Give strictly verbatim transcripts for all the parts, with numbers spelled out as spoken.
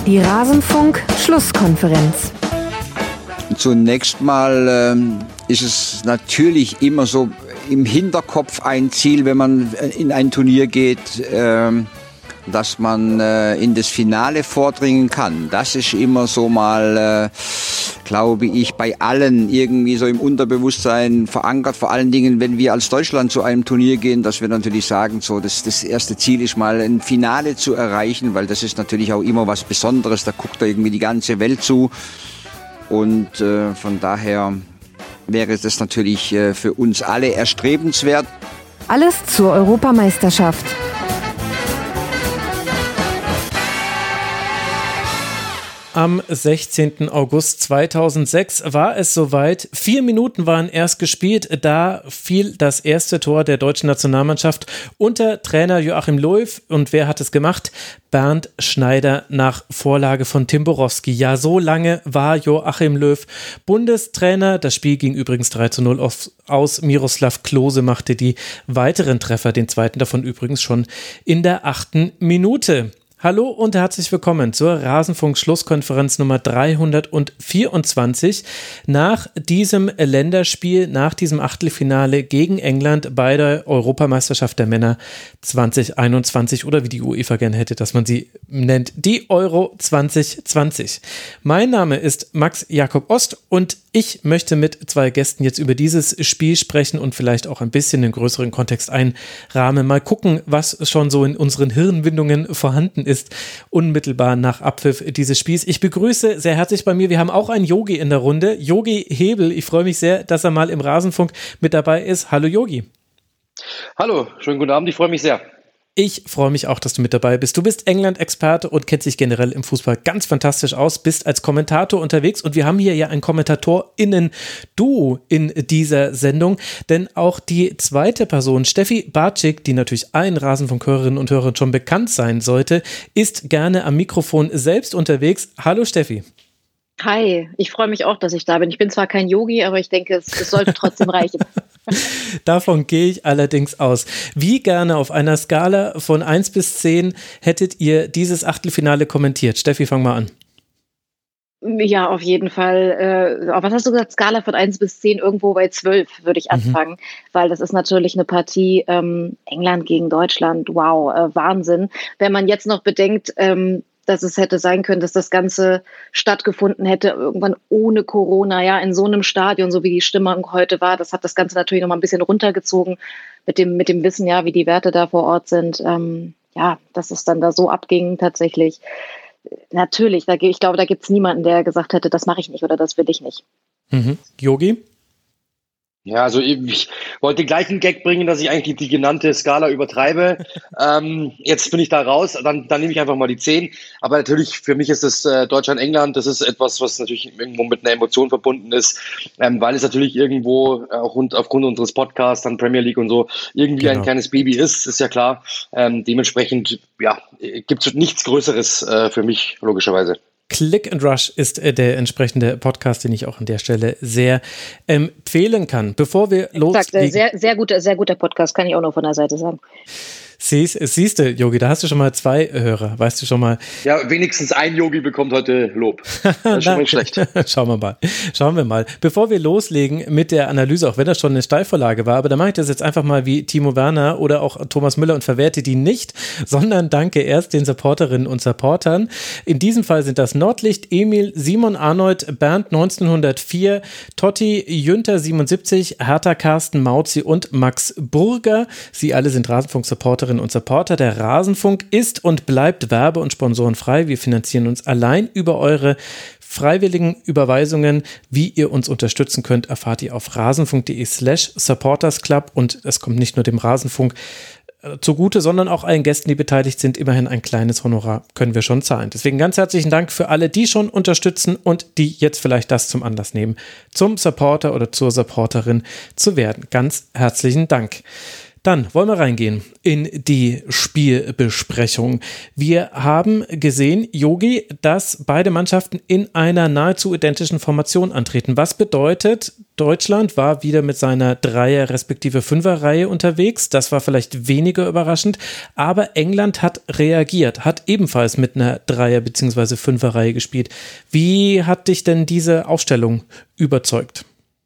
Die Rasenfunk-Schlusskonferenz. Zunächst mal ähm, ist es natürlich immer so im Hinterkopf ein Ziel, wenn man in ein Turnier geht, ähm, dass man äh, in das Finale vordringen kann. Das ist immer so mal, äh, glaube ich, bei allen irgendwie so im Unterbewusstsein verankert. Vor allen Dingen, wenn wir als Deutschland zu einem Turnier gehen, dass wir natürlich sagen, so das, das erste Ziel ist mal ein Finale zu erreichen, weil das ist natürlich auch immer was Besonderes. Da guckt da irgendwie die ganze Welt zu. Und äh, von daher wäre das natürlich äh, für uns alle erstrebenswert. Alles zur Europameisterschaft. Am sechzehnten August zweitausendsechs war es soweit. Vier Minuten waren erst gespielt. Da fiel das erste Tor der deutschen Nationalmannschaft unter Trainer Joachim Löw. Und wer hat es gemacht? Bernd Schneider nach Vorlage von Tim Borowski. Ja, so lange war Joachim Löw Bundestrainer. Das Spiel ging übrigens drei zu null aus. aus. Miroslav Klose machte die weiteren Treffer, den zweiten davon übrigens schon in der achten Minute. Hallo und herzlich willkommen zur Rasenfunk-Schlusskonferenz Nummer dreihundertvierundzwanzig. Nach diesem Länderspiel, nach diesem Achtelfinale gegen England bei der Europameisterschaft der Männer zwanzig einundzwanzig oder wie die UEFA gerne hätte, dass man sie nennt, die Euro zwanzig zwanzig. Mein Name ist Max Jakob Ost und ich möchte mit zwei Gästen jetzt über dieses Spiel sprechen und vielleicht auch ein bisschen den größeren Kontext einrahmen. Mal gucken, was schon so in unseren Hirnwindungen vorhanden ist, unmittelbar nach Abpfiff dieses Spiels. Ich begrüße sehr herzlich bei mir, wir haben auch einen Yogi in der Runde, Yogi Hebel. Ich freue mich sehr, dass er mal im Rasenfunk mit dabei ist. Hallo Yogi. Hallo, schönen guten Abend, ich freue mich sehr. Ich freue mich auch, dass du mit dabei bist. Du bist England-Experte und kennst dich generell im Fußball ganz fantastisch aus, bist als Kommentator unterwegs und wir haben hier ja ein KommentatorInnen-Duo in dieser Sendung, denn auch die zweite Person, Steffi Bartschik, die natürlich allen Rasenfunk-Hörerinnen und Hörern schon bekannt sein sollte, ist gerne am Mikrofon selbst unterwegs. Hallo Steffi. Hi, ich freue mich auch, dass ich da bin. Ich bin zwar kein Yogi, aber ich denke, es, es sollte trotzdem reichen. Davon gehe ich allerdings aus. Wie gerne auf einer Skala von eins bis zehn hättet ihr dieses Achtelfinale kommentiert? Steffi, fang mal an. Ja, auf jeden Fall. Äh, was hast du gesagt? Skala von eins bis zehn, irgendwo bei zwölf würde ich anfangen, mhm. weil das ist natürlich eine Partie ähm, England gegen Deutschland. Wow, äh, Wahnsinn. Wenn man jetzt noch bedenkt, ähm, dass es hätte sein können, dass das Ganze stattgefunden hätte, irgendwann ohne Corona, ja, in so einem Stadion, so wie die Stimmung heute war. Das hat das Ganze natürlich noch mal ein bisschen runtergezogen mit dem, mit dem Wissen, ja, wie die Werte da vor Ort sind. Ähm, ja, dass es dann da so abging tatsächlich. Natürlich, da, ich glaube, da gibt es niemanden, der gesagt hätte, das mache ich nicht oder das will ich nicht. Mhm. Yogi? Ja, also ich wollte gleich einen Gag bringen, dass ich eigentlich die, die genannte Skala übertreibe. ähm, jetzt bin ich da raus, dann, dann nehme ich einfach mal die zehn. Aber natürlich, für mich ist das äh, Deutschland-England, das ist etwas, was natürlich irgendwo mit einer Emotion verbunden ist, ähm, weil es natürlich irgendwo, äh, auch rund, aufgrund unseres Podcasts, dann Premier League und so, irgendwie genau. ein kleines Baby ist, ist ja klar. Ähm, dementsprechend, ja, gibt es nichts Größeres äh, für mich, logischerweise. Click and Rush ist äh, der entsprechende Podcast, den ich auch an der Stelle sehr empfehlen kann. Bevor wir loslegen. Sehr, sehr guter, sehr guter Podcast, kann ich auch noch von der Seite sagen. Siehst, siehst du, Yogi, da hast du schon mal zwei Hörer, weißt du schon mal. Ja, wenigstens ein Yogi bekommt heute Lob. Das ist schon nicht schlecht. Schauen wir mal, schauen wir mal. Bevor wir loslegen mit der Analyse, auch wenn das schon eine Steilvorlage war, aber da mache ich das jetzt einfach mal wie Timo Werner oder auch Thomas Müller und verwerte die nicht, sondern danke erst den Supporterinnen und Supportern. In diesem Fall sind das Nordlicht, Emil, Simon Arnold, Bernd neunzehnhundertvier, Totti, Jünter siebenundsiebzig, Hertha, Carsten, Mauzi und Max Burger. Sie alle sind Rasenfunk-Supporterinnen und Supporter. Der Rasenfunk ist und bleibt werbe- und sponsorenfrei. Wir finanzieren uns allein über eure freiwilligen Überweisungen. Wie ihr uns unterstützen könnt, erfahrt ihr auf rasenfunk.de slash supportersclub und es kommt nicht nur dem Rasenfunk zugute, sondern auch allen Gästen, die beteiligt sind. Immerhin ein kleines Honorar können wir schon zahlen. Deswegen ganz herzlichen Dank für alle, die schon unterstützen und die jetzt vielleicht das zum Anlass nehmen, zum Supporter oder zur Supporterin zu werden. Ganz herzlichen Dank. Dann wollen wir reingehen in die Spielbesprechung. Wir haben gesehen, Yogi, dass beide Mannschaften in einer nahezu identischen Formation antreten. Was bedeutet, Deutschland war wieder mit seiner Dreier- respektive Fünfer-Reihe unterwegs. Das war vielleicht weniger überraschend, aber England hat reagiert, hat ebenfalls mit einer Dreier- bzw. Fünfer-Reihe gespielt. Wie hat dich denn diese Aufstellung überzeugt?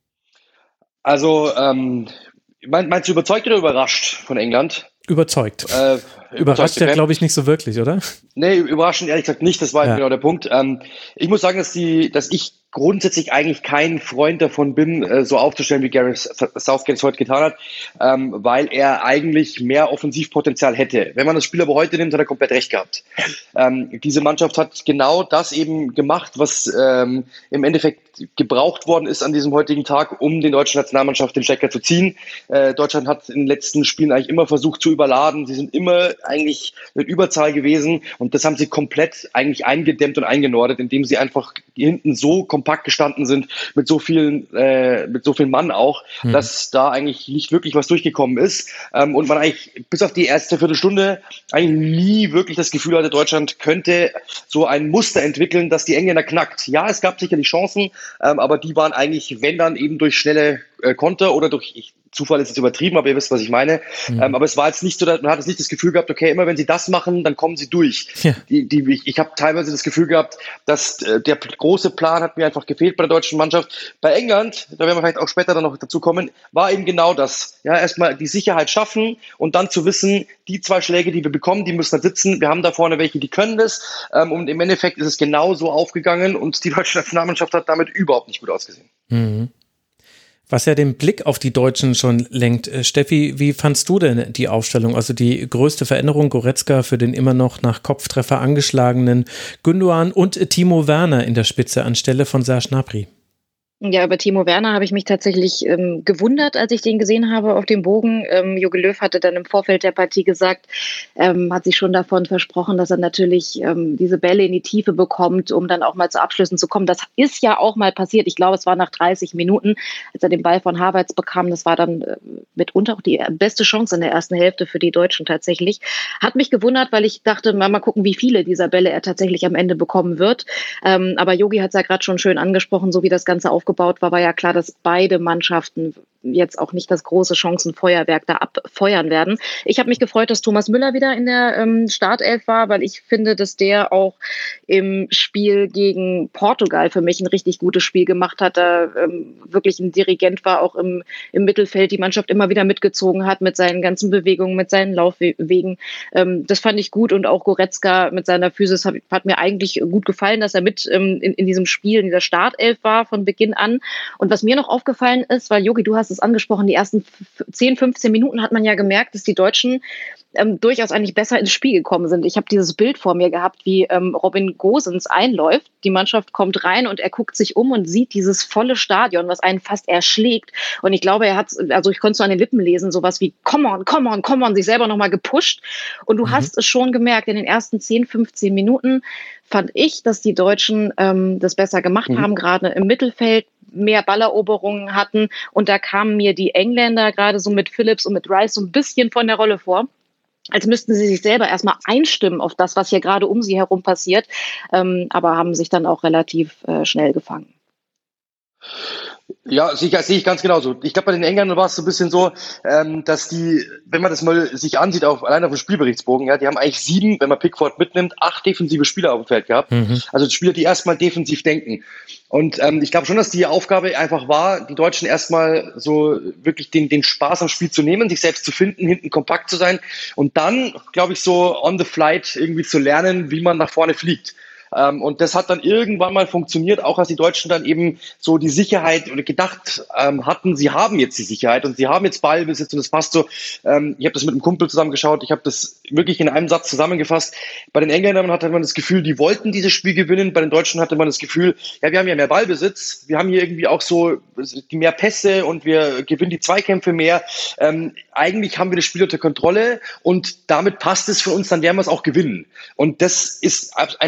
Also, ähm, meinst du überzeugt oder überrascht von England? Überzeugt. Äh, Überrascht ja, glaube ich, nicht so wirklich, oder? Nee, überraschend ehrlich gesagt nicht, das war ja genau der Punkt. Ähm, ich muss sagen, dass, die, dass ich grundsätzlich eigentlich kein Freund davon bin, äh, so aufzustellen, wie Gareth Southgate es heute getan hat, ähm, weil er eigentlich mehr Offensivpotenzial hätte. Wenn man das Spiel aber heute nimmt, hat er komplett recht gehabt. Ähm, diese Mannschaft hat genau das eben gemacht, was ähm, im Endeffekt gebraucht worden ist an diesem heutigen Tag, um den deutschen Nationalmannschaft den Stecker zu ziehen. Äh, Deutschland hat in den letzten Spielen eigentlich immer versucht zu überladen. Sie sind immer eigentlich in Überzahl gewesen und das haben sie komplett eigentlich eingedämmt und eingenordet, indem sie einfach hinten so kompakt gestanden sind, mit so vielen, äh, mit so vielen Mann auch, mhm. dass da eigentlich nicht wirklich was durchgekommen ist ähm, und man eigentlich bis auf die erste Viertelstunde eigentlich nie wirklich das Gefühl hatte, Deutschland könnte so ein Muster entwickeln, dass die Engländer knackt. Ja, es gab sicherlich Chancen, ähm, aber die waren eigentlich, wenn dann eben durch schnelle äh, Konter oder durch ich, Zufall ist jetzt übertrieben, aber ihr wisst, was ich meine. Mhm. Ähm, aber es war jetzt nicht so, man hat jetzt nicht das Gefühl gehabt, okay, immer wenn sie das machen, dann kommen sie durch. Ja. Die, die, ich ich habe teilweise das Gefühl gehabt, dass äh, der große Plan hat mir einfach gefehlt bei der deutschen Mannschaft. Bei England, da werden wir vielleicht auch später dann noch dazu kommen, war eben genau das. Ja, erstmal die Sicherheit schaffen und dann zu wissen, die zwei Schläge, die wir bekommen, die müssen da sitzen. Wir haben da vorne welche, die können das. Ähm, und im Endeffekt ist es genau so aufgegangen und die deutsche Nationalmannschaft hat damit überhaupt nicht gut ausgesehen. Mhm. Was ja den Blick auf die Deutschen schon lenkt. Steffi, wie fandst du denn die Aufstellung? Also die größte Veränderung, Goretzka für den immer noch nach Kopftreffer angeschlagenen Gündoğan und Timo Werner in der Spitze anstelle von Serge Gnabry. Ja, über Timo Werner habe ich mich tatsächlich ähm, gewundert, als ich den gesehen habe auf dem Bogen. Ähm, Jogi Löw hatte dann im Vorfeld der Partie gesagt, ähm, hat sich schon davon versprochen, dass er natürlich ähm, diese Bälle in die Tiefe bekommt, um dann auch mal zu Abschlüssen zu kommen. Das ist ja auch mal passiert. Ich glaube, es war nach dreißig Minuten, als er den Ball von Havertz bekam. Das war dann äh, mitunter auch die beste Chance in der ersten Hälfte für die Deutschen tatsächlich. Hat mich gewundert, weil ich dachte, mal, mal gucken, wie viele dieser Bälle er tatsächlich am Ende bekommen wird. Ähm, aber Jogi hat es ja gerade schon schön angesprochen, so wie das Ganze aufgebaut war, war ja klar, dass beide Mannschaften jetzt auch nicht das große Chancenfeuerwerk da abfeuern werden. Ich habe mich gefreut, dass Thomas Müller wieder in der ähm, Startelf war, weil ich finde, dass der auch im Spiel gegen Portugal für mich ein richtig gutes Spiel gemacht hat, da ähm, wirklich ein Dirigent war, auch im, im Mittelfeld die Mannschaft immer wieder mitgezogen hat mit seinen ganzen Bewegungen, mit seinen Laufwegen. Ähm, das fand ich gut und auch Goretzka mit seiner Physis hat, hat mir eigentlich gut gefallen, dass er mit ähm, in, in diesem Spiel, in dieser Startelf war von Beginn an. Und was mir noch aufgefallen ist, weil Jogi, du hast es angesprochen, die ersten zehn, fünfzehn Minuten hat man ja gemerkt, dass die Deutschen ähm, durchaus eigentlich besser ins Spiel gekommen sind. Ich habe dieses Bild vor mir gehabt, wie ähm, Robin Gosens einläuft. Die Mannschaft kommt rein und er guckt sich um und sieht dieses volle Stadion, was einen fast erschlägt. Und ich glaube, er hat, also ich konnte es so an den Lippen lesen, sowas wie come on, come on, come on, sich selber nochmal gepusht. Und du mhm. hast es schon gemerkt, in den ersten zehn, fünfzehn Minuten fand ich, dass die Deutschen ähm, das besser gemacht mhm. haben, gerade im Mittelfeld mehr Balleroberungen hatten. Und da kamen mir die Engländer gerade so mit Phillips und mit Rice so ein bisschen von der Rolle vor, als müssten sie sich selber erstmal einstimmen auf das, was hier gerade um sie herum passiert, ähm, aber haben sich dann auch relativ äh, schnell gefangen. Ja, sehe ich, sehe ich ganz genauso. Ich glaube, bei den Engländern war es so ein bisschen so, ähm, dass die, wenn man das mal sich ansieht, auf, allein auf dem Spielberichtsbogen, ja, die haben eigentlich sieben, wenn man Pickford mitnimmt, acht defensive Spieler auf dem Feld gehabt. Mhm. Also Spieler, die erstmal defensiv denken. Und ähm, ich glaube schon, dass die Aufgabe einfach war, die Deutschen erstmal so wirklich den, den Spaß am Spiel zu nehmen, sich selbst zu finden, hinten kompakt zu sein und dann, glaube ich, so on the flight irgendwie zu lernen, wie man nach vorne fliegt. Ähm, und das hat dann irgendwann mal funktioniert, auch als die Deutschen dann eben so die Sicherheit oder gedacht ähm, hatten, sie haben jetzt die Sicherheit und sie haben jetzt Ballbesitz und das passt so. Ähm, ich habe das mit einem Kumpel zusammengeschaut, ich habe das wirklich in einem Satz zusammengefasst. Bei den Engländern hatte man das Gefühl, die wollten dieses Spiel gewinnen, bei den Deutschen hatte man das Gefühl, ja, wir haben ja mehr Ballbesitz, wir haben hier irgendwie auch so die mehr Pässe und wir gewinnen die Zweikämpfe mehr. Ähm, eigentlich haben wir das Spiel unter Kontrolle und damit passt es für uns, dann werden wir es auch gewinnen. Und das ist ein Trugschluss,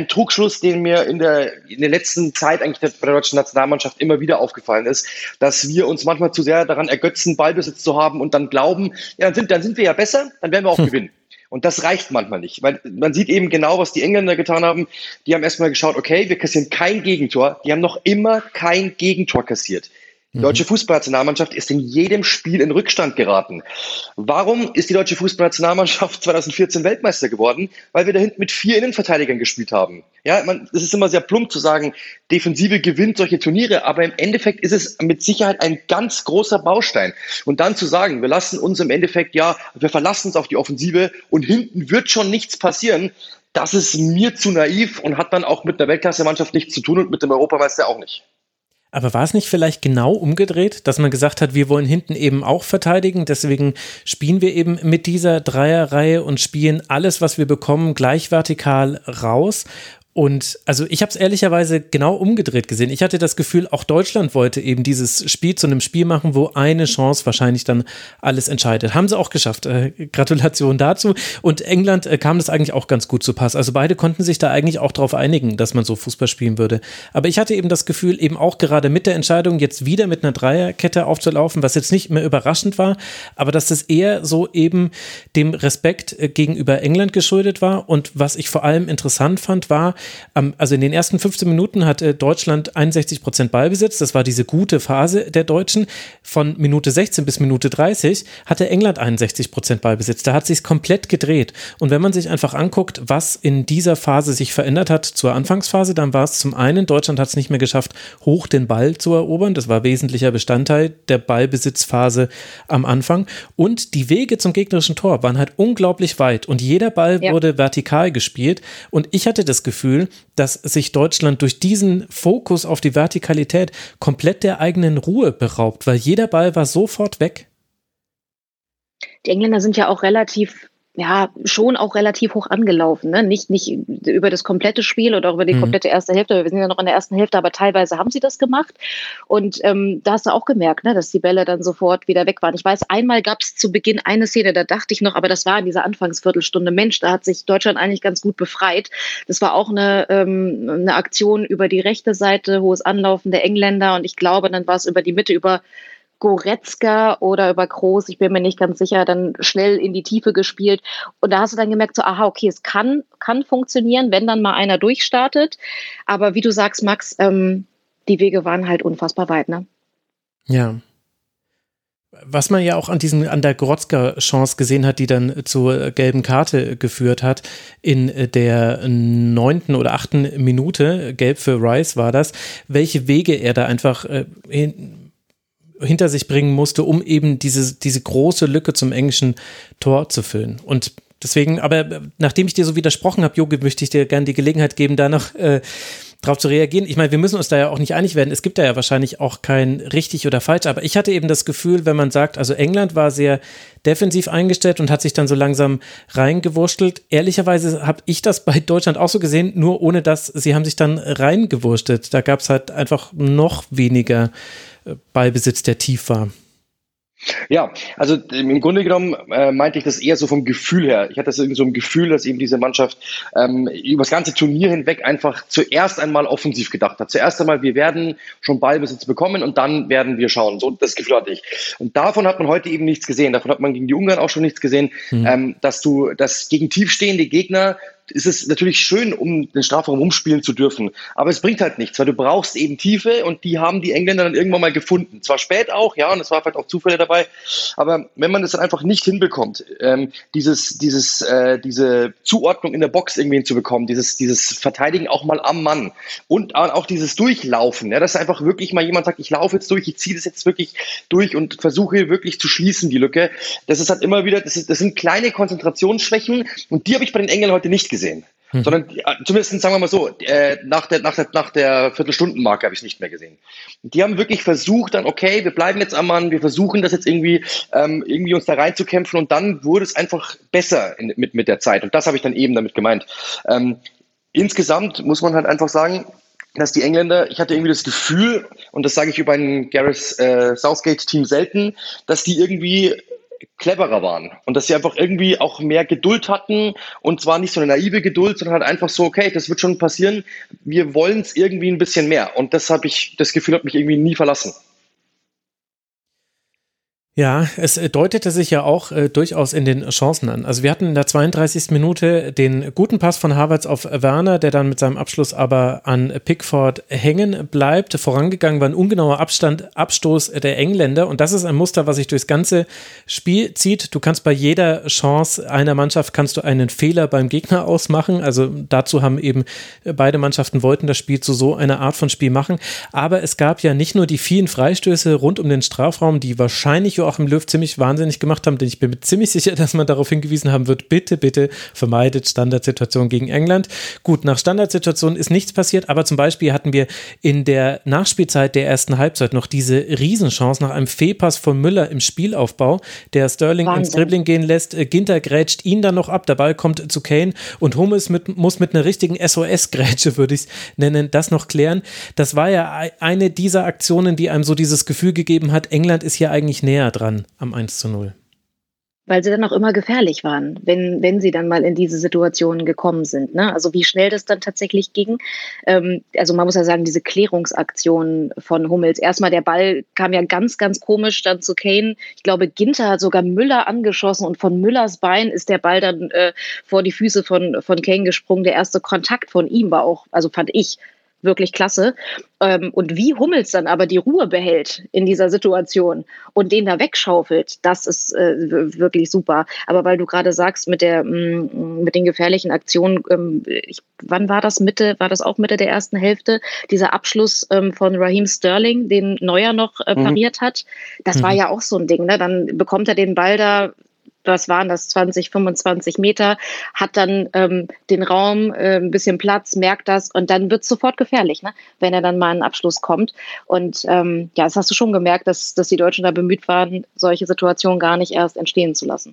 Trugschluss, den mir in der, in der letzten Zeit eigentlich bei der deutschen Nationalmannschaft immer wieder aufgefallen ist, dass wir uns manchmal zu sehr daran ergötzen, Ballbesitz zu haben und dann glauben, ja, dann sind, dann sind wir ja besser, dann werden wir auch hm. gewinnen. Und das reicht manchmal nicht, weil man sieht eben genau, was die Engländer getan haben. Die haben erstmal geschaut, okay, wir kassieren kein Gegentor. Die haben noch immer kein Gegentor kassiert. Die deutsche Fußballnationalmannschaft ist in jedem Spiel in Rückstand geraten. Warum ist die deutsche Fußballnationalmannschaft zwanzig vierzehn Weltmeister geworden? Weil wir da hinten mit vier Innenverteidigern gespielt haben. Ja, man, es ist immer sehr plump zu sagen, Defensive gewinnt solche Turniere, aber im Endeffekt ist es mit Sicherheit ein ganz großer Baustein. Und dann zu sagen, wir lassen uns im Endeffekt, ja, wir verlassen uns auf die Offensive und hinten wird schon nichts passieren, das ist mir zu naiv und hat dann auch mit einer Weltklasse-Mannschaft nichts zu tun und mit dem Europameister auch nicht. Aber war es nicht vielleicht genau umgedreht, dass man gesagt hat, wir wollen hinten eben auch verteidigen, deswegen spielen wir eben mit dieser Dreierreihe und spielen alles, was wir bekommen, gleich vertikal raus? Und also ich habe es ehrlicherweise genau umgedreht gesehen. Ich hatte das Gefühl, auch Deutschland wollte eben dieses Spiel zu einem Spiel machen, wo eine Chance wahrscheinlich dann alles entscheidet. Haben sie auch geschafft. Äh, Gratulation dazu. Und England äh, kam das eigentlich auch ganz gut zu Pass. Also beide konnten sich da eigentlich auch darauf einigen, dass man so Fußball spielen würde. Aber ich hatte eben das Gefühl, eben auch gerade mit der Entscheidung, jetzt wieder mit einer Dreierkette aufzulaufen, was jetzt nicht mehr überraschend war, aber dass das eher so eben dem Respekt äh, gegenüber England geschuldet war. Und was ich vor allem interessant fand, war, also in den ersten fünfzehn Minuten hat Deutschland einundsechzig Prozent Ballbesitz, das war diese gute Phase der Deutschen. Von Minute sechzehn bis Minute dreißig hatte England einundsechzig Prozent Ballbesitz, da hat sich komplett gedreht. Und wenn man sich einfach anguckt, was in dieser Phase sich verändert hat zur Anfangsphase, dann war es zum einen, Deutschland hat es nicht mehr geschafft, hoch den Ball zu erobern, das war wesentlicher Bestandteil der Ballbesitzphase am Anfang. Und die Wege zum gegnerischen Tor waren halt unglaublich weit und jeder Ball ja. wurde vertikal gespielt und ich hatte das Gefühl, dass sich Deutschland durch diesen Fokus auf die Vertikalität komplett der eigenen Ruhe beraubt, weil jeder Ball war sofort weg. Die Engländer sind ja auch relativ, ja, schon auch relativ hoch angelaufen, ne? Nicht, nicht über das komplette Spiel oder über die mhm. komplette erste Hälfte, wir sind ja noch in der ersten Hälfte, aber teilweise haben sie das gemacht und ähm, da hast du auch gemerkt, ne, dass die Bälle dann sofort wieder weg waren. Ich weiß, einmal gab es zu Beginn eine Szene, da dachte ich noch, aber das war in dieser Anfangsviertelstunde, Mensch, da hat sich Deutschland eigentlich ganz gut befreit. Das war auch eine, ähm, eine Aktion über die rechte Seite, hohes Anlaufen der Engländer und ich glaube, dann war es über die Mitte, über Goretzka oder über Kroos, ich bin mir nicht ganz sicher, dann schnell in die Tiefe gespielt. Und da hast du dann gemerkt, so, aha, okay, es kann, kann funktionieren, wenn dann mal einer durchstartet. Aber wie du sagst, Max, ähm, die Wege waren halt unfassbar weit, ne? Ja. Was man ja auch an diesen, an der Goretzka-Chance gesehen hat, die dann zur gelben Karte geführt hat, in der neunten oder achten Minute, gelb für Rice war das, welche Wege er da einfach äh, hin, hinter sich bringen musste, um eben diese, diese große Lücke zum englischen Tor zu füllen. Und deswegen, aber nachdem ich dir so widersprochen habe, Jogi, möchte ich dir gerne die Gelegenheit geben, da noch äh, drauf zu reagieren. Ich meine, wir müssen uns da ja auch nicht einig werden. Es gibt da ja wahrscheinlich auch kein richtig oder falsch, aber ich hatte eben das Gefühl, wenn man sagt, also England war sehr defensiv eingestellt und hat sich dann so langsam reingewurstelt. Ehrlicherweise habe ich das bei Deutschland auch so gesehen, nur ohne dass sie haben sich dann reingewurstelt. Da gab es halt einfach noch weniger Ballbesitz, der tief war. Ja, also im Grunde genommen äh, meinte ich das eher so vom Gefühl her. Ich hatte so ein Gefühl, dass eben diese Mannschaft ähm, über das ganze Turnier hinweg einfach zuerst einmal offensiv gedacht hat. Zuerst einmal, wir werden schon Ballbesitz bekommen und dann werden wir schauen. So, das Gefühl hatte ich. Und davon hat man heute eben nichts gesehen. Davon hat man gegen die Ungarn auch schon nichts gesehen, mhm. ähm, dass du, dass gegen tiefstehende Gegner ist es natürlich schön, um den Strafraum umspielen zu dürfen. Aber es bringt halt nichts, weil du brauchst eben Tiefe und die haben die Engländer dann irgendwann mal gefunden. Zwar spät auch, ja, und es war vielleicht auch Zufälle dabei, aber wenn man das dann einfach nicht hinbekommt, ähm, dieses, dieses, äh, diese Zuordnung in der Box irgendwie hinzubekommen, dieses, dieses Verteidigen auch mal am Mann und auch dieses Durchlaufen, ja, dass einfach wirklich mal jemand sagt, ich laufe jetzt durch, ich ziehe das jetzt wirklich durch und versuche wirklich zu schließen, die Lücke. Das ist halt immer wieder, das, ist, das sind kleine Konzentrationsschwächen und die habe ich bei den Engländern heute nicht gesehen. gesehen. Hm. Sondern zumindest, sagen wir mal so, äh, nach der, nach der, nach der Viertelstundenmarke habe ich es nicht mehr gesehen. Die haben wirklich versucht dann, okay, wir bleiben jetzt am Mann, wir versuchen das jetzt irgendwie, ähm, irgendwie uns da reinzukämpfen und dann wurde es einfach besser in, mit, mit der Zeit. Und das habe ich dann eben damit gemeint. Ähm, insgesamt muss man halt einfach sagen, dass die Engländer, ich hatte irgendwie das Gefühl, und das sage ich über ein Gareth äh, Southgate-Team selten, dass die irgendwie cleverer waren und dass sie einfach irgendwie auch mehr Geduld hatten und zwar nicht so eine naive Geduld, sondern halt einfach so, okay, das wird schon passieren, wir wollen es irgendwie ein bisschen mehr und das habe ich, das Gefühl hat mich irgendwie nie verlassen. Ja, es deutete sich ja auch äh, durchaus in den Chancen an. Also wir hatten in der zweiunddreißigsten Minute den guten Pass von Havertz auf Werner, der dann mit seinem Abschluss aber an Pickford hängen bleibt. Vorangegangen war ein ungenauer Abstand, Abstoß der Engländer und das ist ein Muster, was sich durchs ganze Spiel zieht. Du kannst bei jeder Chance einer Mannschaft kannst du einen Fehler beim Gegner ausmachen. Also dazu haben eben beide Mannschaften wollten das Spiel zu so einer Art von Spiel machen. Aber es gab ja nicht nur die vielen Freistöße rund um den Strafraum, die wahrscheinlich auch im Löw ziemlich wahnsinnig gemacht haben, denn ich bin mir ziemlich sicher, dass man darauf hingewiesen haben wird, bitte, bitte vermeidet Standardsituationen gegen England. Gut, nach Standardsituationen ist nichts passiert, aber zum Beispiel hatten wir in der Nachspielzeit der ersten Halbzeit noch diese Riesenchance nach einem Fehlpass von Müller im Spielaufbau, der Sterling Wahnsinn. ins Dribbling gehen lässt, Ginter grätscht ihn dann noch ab, der Ball kommt zu Kane und Hummels mit, muss mit einer richtigen S O S-Grätsche, würde ich es nennen, das noch klären. Das war ja eine dieser Aktionen, die einem so dieses Gefühl gegeben hat, England ist hier eigentlich näher dran am eins zu null. Weil sie dann auch immer gefährlich waren, wenn, wenn sie dann mal in diese Situationen gekommen sind. Ne? Also wie schnell das dann tatsächlich ging. Ähm, also man muss ja sagen, diese Klärungsaktion von Hummels. Erstmal der Ball kam ja ganz, ganz komisch dann zu Kane. Ich glaube, Ginter hat sogar Müller angeschossen und von Müllers Bein ist der Ball dann äh, vor die Füße von, von Kane gesprungen. Der erste Kontakt von ihm war auch, also fand ich, wirklich klasse. Ähm, und wie Hummels dann aber die Ruhe behält in dieser Situation und den da wegschaufelt, das ist äh, wirklich super. Aber weil du gerade sagst, mit der mh, mit den gefährlichen Aktionen, ähm, ich, wann war das? Mitte, war das auch Mitte der ersten Hälfte? Dieser Abschluss ähm, von Raheem Sterling, den Neuer noch äh, pariert mhm. hat, das mhm. war ja auch so ein Ding. Ne? Dann bekommt er den Ball da, was waren das, zwanzig, fünfundzwanzig Meter, hat dann ähm, den Raum, äh, ein bisschen Platz, merkt das und dann wird es sofort gefährlich, ne? Wenn er dann mal einen Abschluss kommt. Und ähm, ja, das hast du schon gemerkt, dass, dass die Deutschen da bemüht waren, solche Situationen gar nicht erst entstehen zu lassen.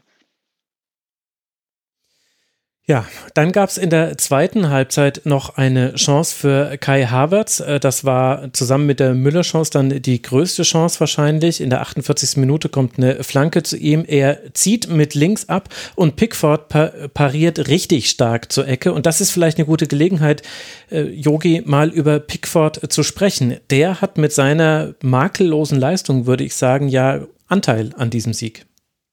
Ja, dann gab es in der zweiten Halbzeit noch eine Chance für Kai Havertz. Das war zusammen mit der Müller-Chance dann die größte Chance wahrscheinlich. In der achtundvierzigsten Minute kommt eine Flanke zu ihm. Er zieht mit links ab und Pickford pariert richtig stark zur Ecke. Und das ist vielleicht eine gute Gelegenheit, Jogi, mal über Pickford zu sprechen. Der hat mit seiner makellosen Leistung, würde ich sagen, ja Anteil an diesem Sieg.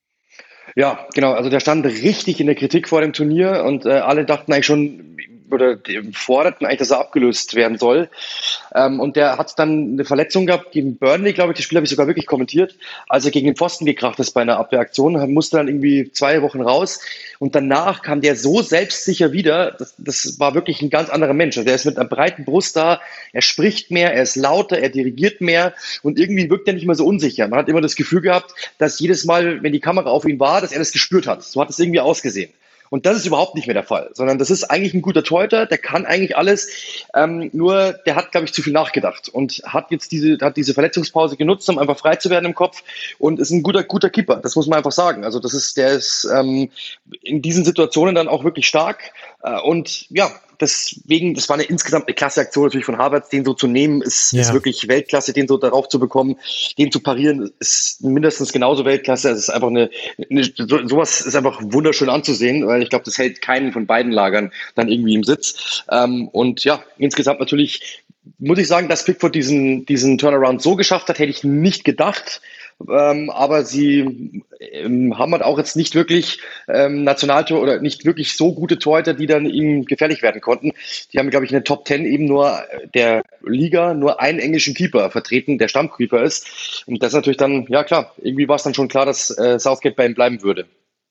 Ja, genau. Also der stand richtig in der Kritik vor dem Turnier und äh, alle dachten eigentlich schon oder forderten eigentlich, dass er abgelöst werden soll. Ähm, und der hat dann eine Verletzung gehabt gegen Burnley, glaube ich. Das Spiel habe ich sogar wirklich kommentiert. Als er gegen den Pfosten gekracht ist bei einer Abwehraktion, musste dann irgendwie zwei Wochen raus. Und danach kam der so selbstsicher wieder. Das, das war wirklich ein ganz anderer Mensch. Also der ist mit einer breiten Brust da. Er spricht mehr, er ist lauter, er dirigiert mehr. Und irgendwie wirkt er nicht mehr so unsicher. Man hat immer das Gefühl gehabt, dass jedes Mal, wenn die Kamera auf ihn war, dass er das gespürt hat. So hat es irgendwie ausgesehen. Und das ist überhaupt nicht mehr der Fall, sondern das ist eigentlich ein guter Torhüter, der kann eigentlich alles, ähm, nur der hat, glaube ich, zu viel nachgedacht und hat jetzt diese, hat diese Verletzungspause genutzt, um einfach frei zu werden im Kopf und ist ein guter, guter Keeper, das muss man einfach sagen. Also das ist, der ist ähm, in diesen Situationen dann auch wirklich stark äh, und ja, deswegen, das war eine insgesamt eine klasse Aktion natürlich von Havertz, den so zu nehmen, ist, ja. ist wirklich Weltklasse, den so darauf zu bekommen, den zu parieren, ist mindestens genauso Weltklasse. Es ist einfach eine, eine so, sowas ist einfach wunderschön anzusehen, weil ich glaube, das hält keinen von beiden Lagern dann irgendwie im Sitz. Ähm, und ja, insgesamt natürlich muss ich sagen, dass Pickford diesen, diesen Turnaround so geschafft hat, hätte ich nicht gedacht. Ähm, aber sie ähm, haben halt auch jetzt nicht wirklich ähm, Nationaltor oder nicht wirklich so gute Torhüter, die dann ihm gefährlich werden konnten. Die haben, glaube ich, in der Top Ten eben nur der Liga nur einen englischen Keeper vertreten, der Stammkeeper ist. Und das ist natürlich dann, ja klar, irgendwie war es dann schon klar, dass äh, Southgate bei ihm bleiben würde.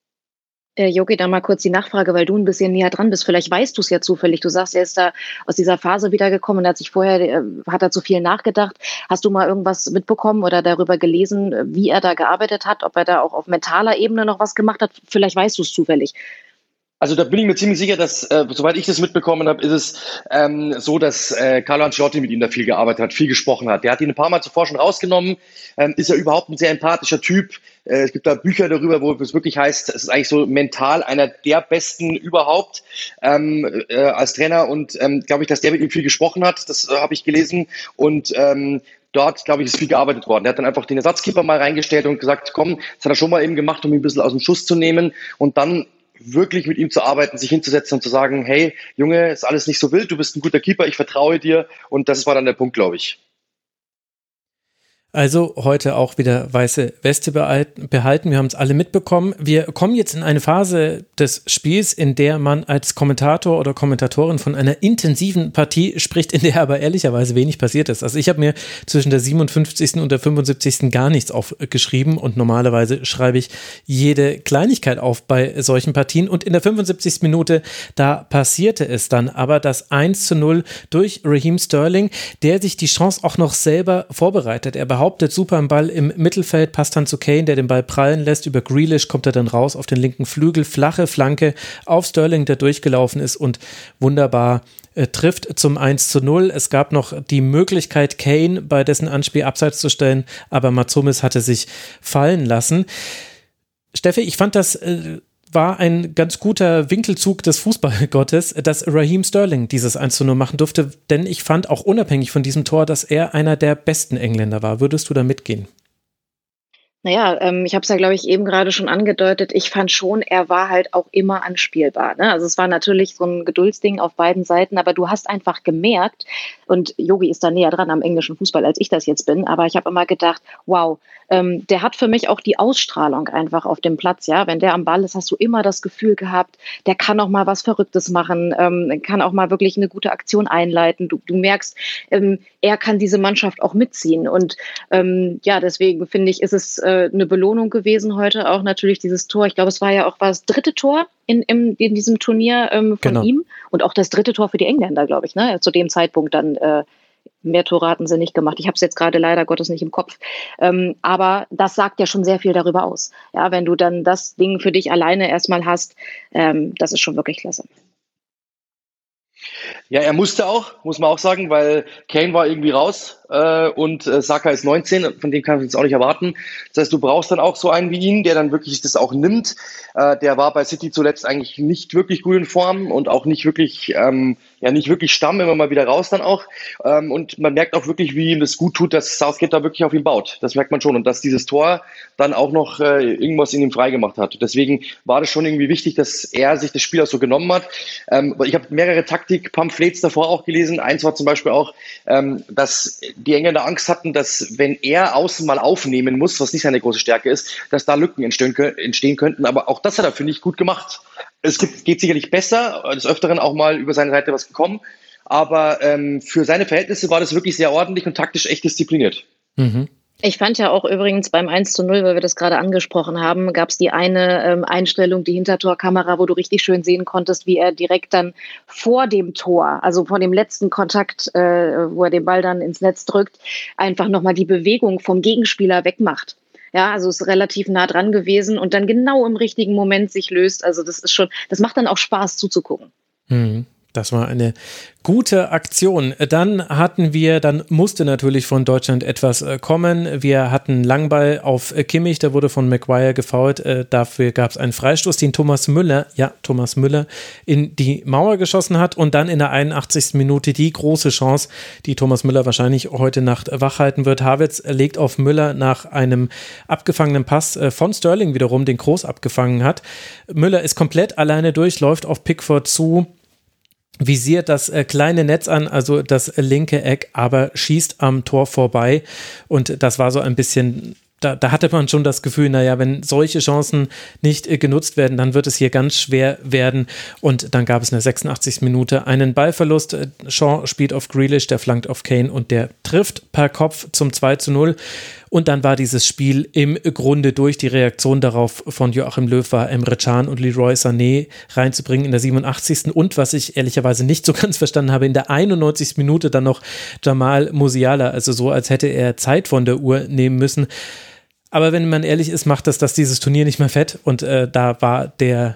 Äh, Jogi, da mal kurz die Nachfrage, weil du ein bisschen näher dran bist. Vielleicht weißt du es ja zufällig. Du sagst, er ist da aus dieser Phase wiedergekommen und hat sich vorher, äh, hat er zu viel nachgedacht. Hast du mal irgendwas mitbekommen oder darüber gelesen, wie er da gearbeitet hat, ob er da auch auf mentaler Ebene noch was gemacht hat? Vielleicht weißt du es zufällig. Also da bin ich mir ziemlich sicher, dass, äh, soweit ich das mitbekommen habe, ist es ähm, so, dass äh, Carlo Ancelotti mit ihm da viel gearbeitet hat, viel gesprochen hat. Der hat ihn ein paar Mal zuvor schon rausgenommen, ähm, ist ja überhaupt ein sehr empathischer Typ. Äh, es gibt da Bücher darüber, wo es wirklich heißt, es ist eigentlich so mental einer der Besten überhaupt ähm, äh, als Trainer. Und ähm, glaube ich, dass der mit ihm viel gesprochen hat, das äh, habe ich gelesen. Und ähm, dort, glaube ich, ist viel gearbeitet worden. Er hat dann einfach den Ersatzkeeper mal reingestellt und gesagt, komm, das hat er schon mal eben gemacht, um ihn ein bisschen aus dem Schuss zu nehmen und dann wirklich mit ihm zu arbeiten, sich hinzusetzen und zu sagen, hey, Junge, ist alles nicht so wild, du bist ein guter Keeper, ich vertraue dir und das war dann der Punkt, glaube ich. Also heute auch wieder weiße Weste behalten. Wir haben es alle mitbekommen. Wir kommen jetzt in eine Phase des Spiels, in der man als Kommentator oder Kommentatorin von einer intensiven Partie spricht, in der aber ehrlicherweise wenig passiert ist. Also ich habe mir zwischen der siebenundfünfzigsten und der fünfundsiebzigsten gar nichts aufgeschrieben und normalerweise schreibe ich jede Kleinigkeit auf bei solchen Partien und in der fünfundsiebzigsten Minute, da passierte es dann aber das eins zu null durch Raheem Sterling, der sich die Chance auch noch selber vorbereitet. Er behauptet super am Ball im Mittelfeld, passt dann zu Kane, der den Ball prallen lässt. Über Grealish kommt er dann raus auf den linken Flügel, flache Flanke auf Sterling, der durchgelaufen ist und wunderbar äh, trifft zum eins zu null. Es gab noch die Möglichkeit, Kane bei dessen Anspiel abseits zu stellen, aber Mats Hummels hatte sich fallen lassen. Steffi, ich fand das äh, war ein ganz guter Winkelzug des Fußballgottes, dass Raheem Sterling dieses eins zu null machen durfte, denn ich fand auch unabhängig von diesem Tor, dass er einer der besten Engländer war. Würdest du da mitgehen? Naja, ähm, ich habe es ja, glaube ich, eben gerade schon angedeutet. Ich fand schon, er war halt auch immer anspielbar. Ne? Also es war natürlich so ein Geduldsding auf beiden Seiten, aber du hast einfach gemerkt, und Yogi ist da näher dran am englischen Fußball, als ich das jetzt bin, aber ich habe immer gedacht, wow, ähm, der hat für mich auch die Ausstrahlung einfach auf dem Platz. Ja, wenn der am Ball ist, hast du immer das Gefühl gehabt, der kann auch mal was Verrücktes machen, ähm, kann auch mal wirklich eine gute Aktion einleiten. Du, du merkst, ähm, er kann diese Mannschaft auch mitziehen und ähm, ja, deswegen finde ich, ist es äh, eine Belohnung gewesen heute auch natürlich dieses Tor. Ich glaube, es war ja auch war das dritte Tor in, in, in diesem Turnier ähm, von genau. ihm und auch das dritte Tor für die Engländer, glaube ich, ne? Zu dem Zeitpunkt dann äh, mehr Tore hatten sie nicht gemacht. Ich habe es jetzt gerade leider Gottes nicht im Kopf. Ähm, aber das sagt ja schon sehr viel darüber aus. Ja, wenn du dann das Ding für dich alleine erstmal hast, ähm, das ist schon wirklich klasse. Ja, er musste auch, muss man auch sagen, weil Kane war irgendwie raus äh, und äh, Saka ist neunzehn, von dem kann man jetzt auch nicht erwarten. Das heißt, du brauchst dann auch so einen wie ihn, der dann wirklich das auch nimmt. Äh, der war bei City zuletzt eigentlich nicht wirklich gut in Form und auch nicht wirklich, ähm, ja nicht wirklich Stamm, immer mal wieder raus dann auch. Ähm, und man merkt auch wirklich, wie ihm das gut tut, dass Southgate da wirklich auf ihn baut. Das merkt man schon und dass dieses Tor dann auch noch äh, irgendwas in ihm freigemacht hat. Deswegen war das schon irgendwie wichtig, dass er sich das Spiel auch so genommen hat. Ähm, ich habe mehrere Taktik-Pamphlets davor auch gelesen. Eins war zum Beispiel auch, ähm, dass die Engländer Angst hatten, dass wenn er außen mal aufnehmen muss, was nicht seine große Stärke ist, dass da Lücken entstehen, entstehen könnten. Aber auch das hat er, finde ich, gut gemacht. Es gibt, geht sicherlich besser, des Öfteren auch mal über seine Seite was gekommen. Aber ähm, für seine Verhältnisse war das wirklich sehr ordentlich und taktisch echt diszipliniert. Mhm. Ich fand ja auch übrigens beim eins zu null, weil wir das gerade angesprochen haben, gab es die eine ähm, Einstellung, die Hintertorkamera, wo du richtig schön sehen konntest, wie er direkt dann vor dem Tor, also vor dem letzten Kontakt, äh, wo er den Ball dann ins Netz drückt, einfach nochmal die Bewegung vom Gegenspieler wegmacht. Ja, also ist relativ nah dran gewesen und dann genau im richtigen Moment sich löst. Also das ist schon, das macht dann auch Spaß zuzugucken. Mhm. Das war eine gute Aktion. Dann hatten wir, dann musste natürlich von Deutschland etwas kommen. Wir hatten Langball auf Kimmich, der wurde von Maguire gefoult. Dafür gab es einen Freistoß, den Thomas Müller, ja, Thomas Müller in die Mauer geschossen hat. Und dann in der einundachtzigsten Minute die große Chance, die Thomas Müller wahrscheinlich heute Nacht wachhalten wird. Havertz legt auf Müller nach einem abgefangenen Pass von Sterling wiederum, den Kroos abgefangen hat. Müller ist komplett alleine durch, läuft auf Pickford zu, visiert das äh, kleine Netz an, also das linke Eck, aber schießt am Tor vorbei und das war so ein bisschen, da, da hatte man schon das Gefühl, naja, wenn solche Chancen nicht äh, genutzt werden, dann wird es hier ganz schwer werden und dann gab es in der sechsundachtzigsten Minute einen Ballverlust, Shaw spielt auf Grealish, der flankt auf Kane und der trifft per Kopf zum zwei zu null. Und dann war dieses Spiel im Grunde durch. Die Reaktion darauf von Joachim Löw war, Emre Can und Leroy Sané reinzubringen in der siebenundachtzigsten Und was ich ehrlicherweise nicht so ganz verstanden habe, in der einundneunzigsten Minute dann noch Jamal Musiala. Also so, als hätte er Zeit von der Uhr nehmen müssen. Aber wenn man ehrlich ist, macht das, das dieses Turnier nicht mehr fett. Und äh, da war der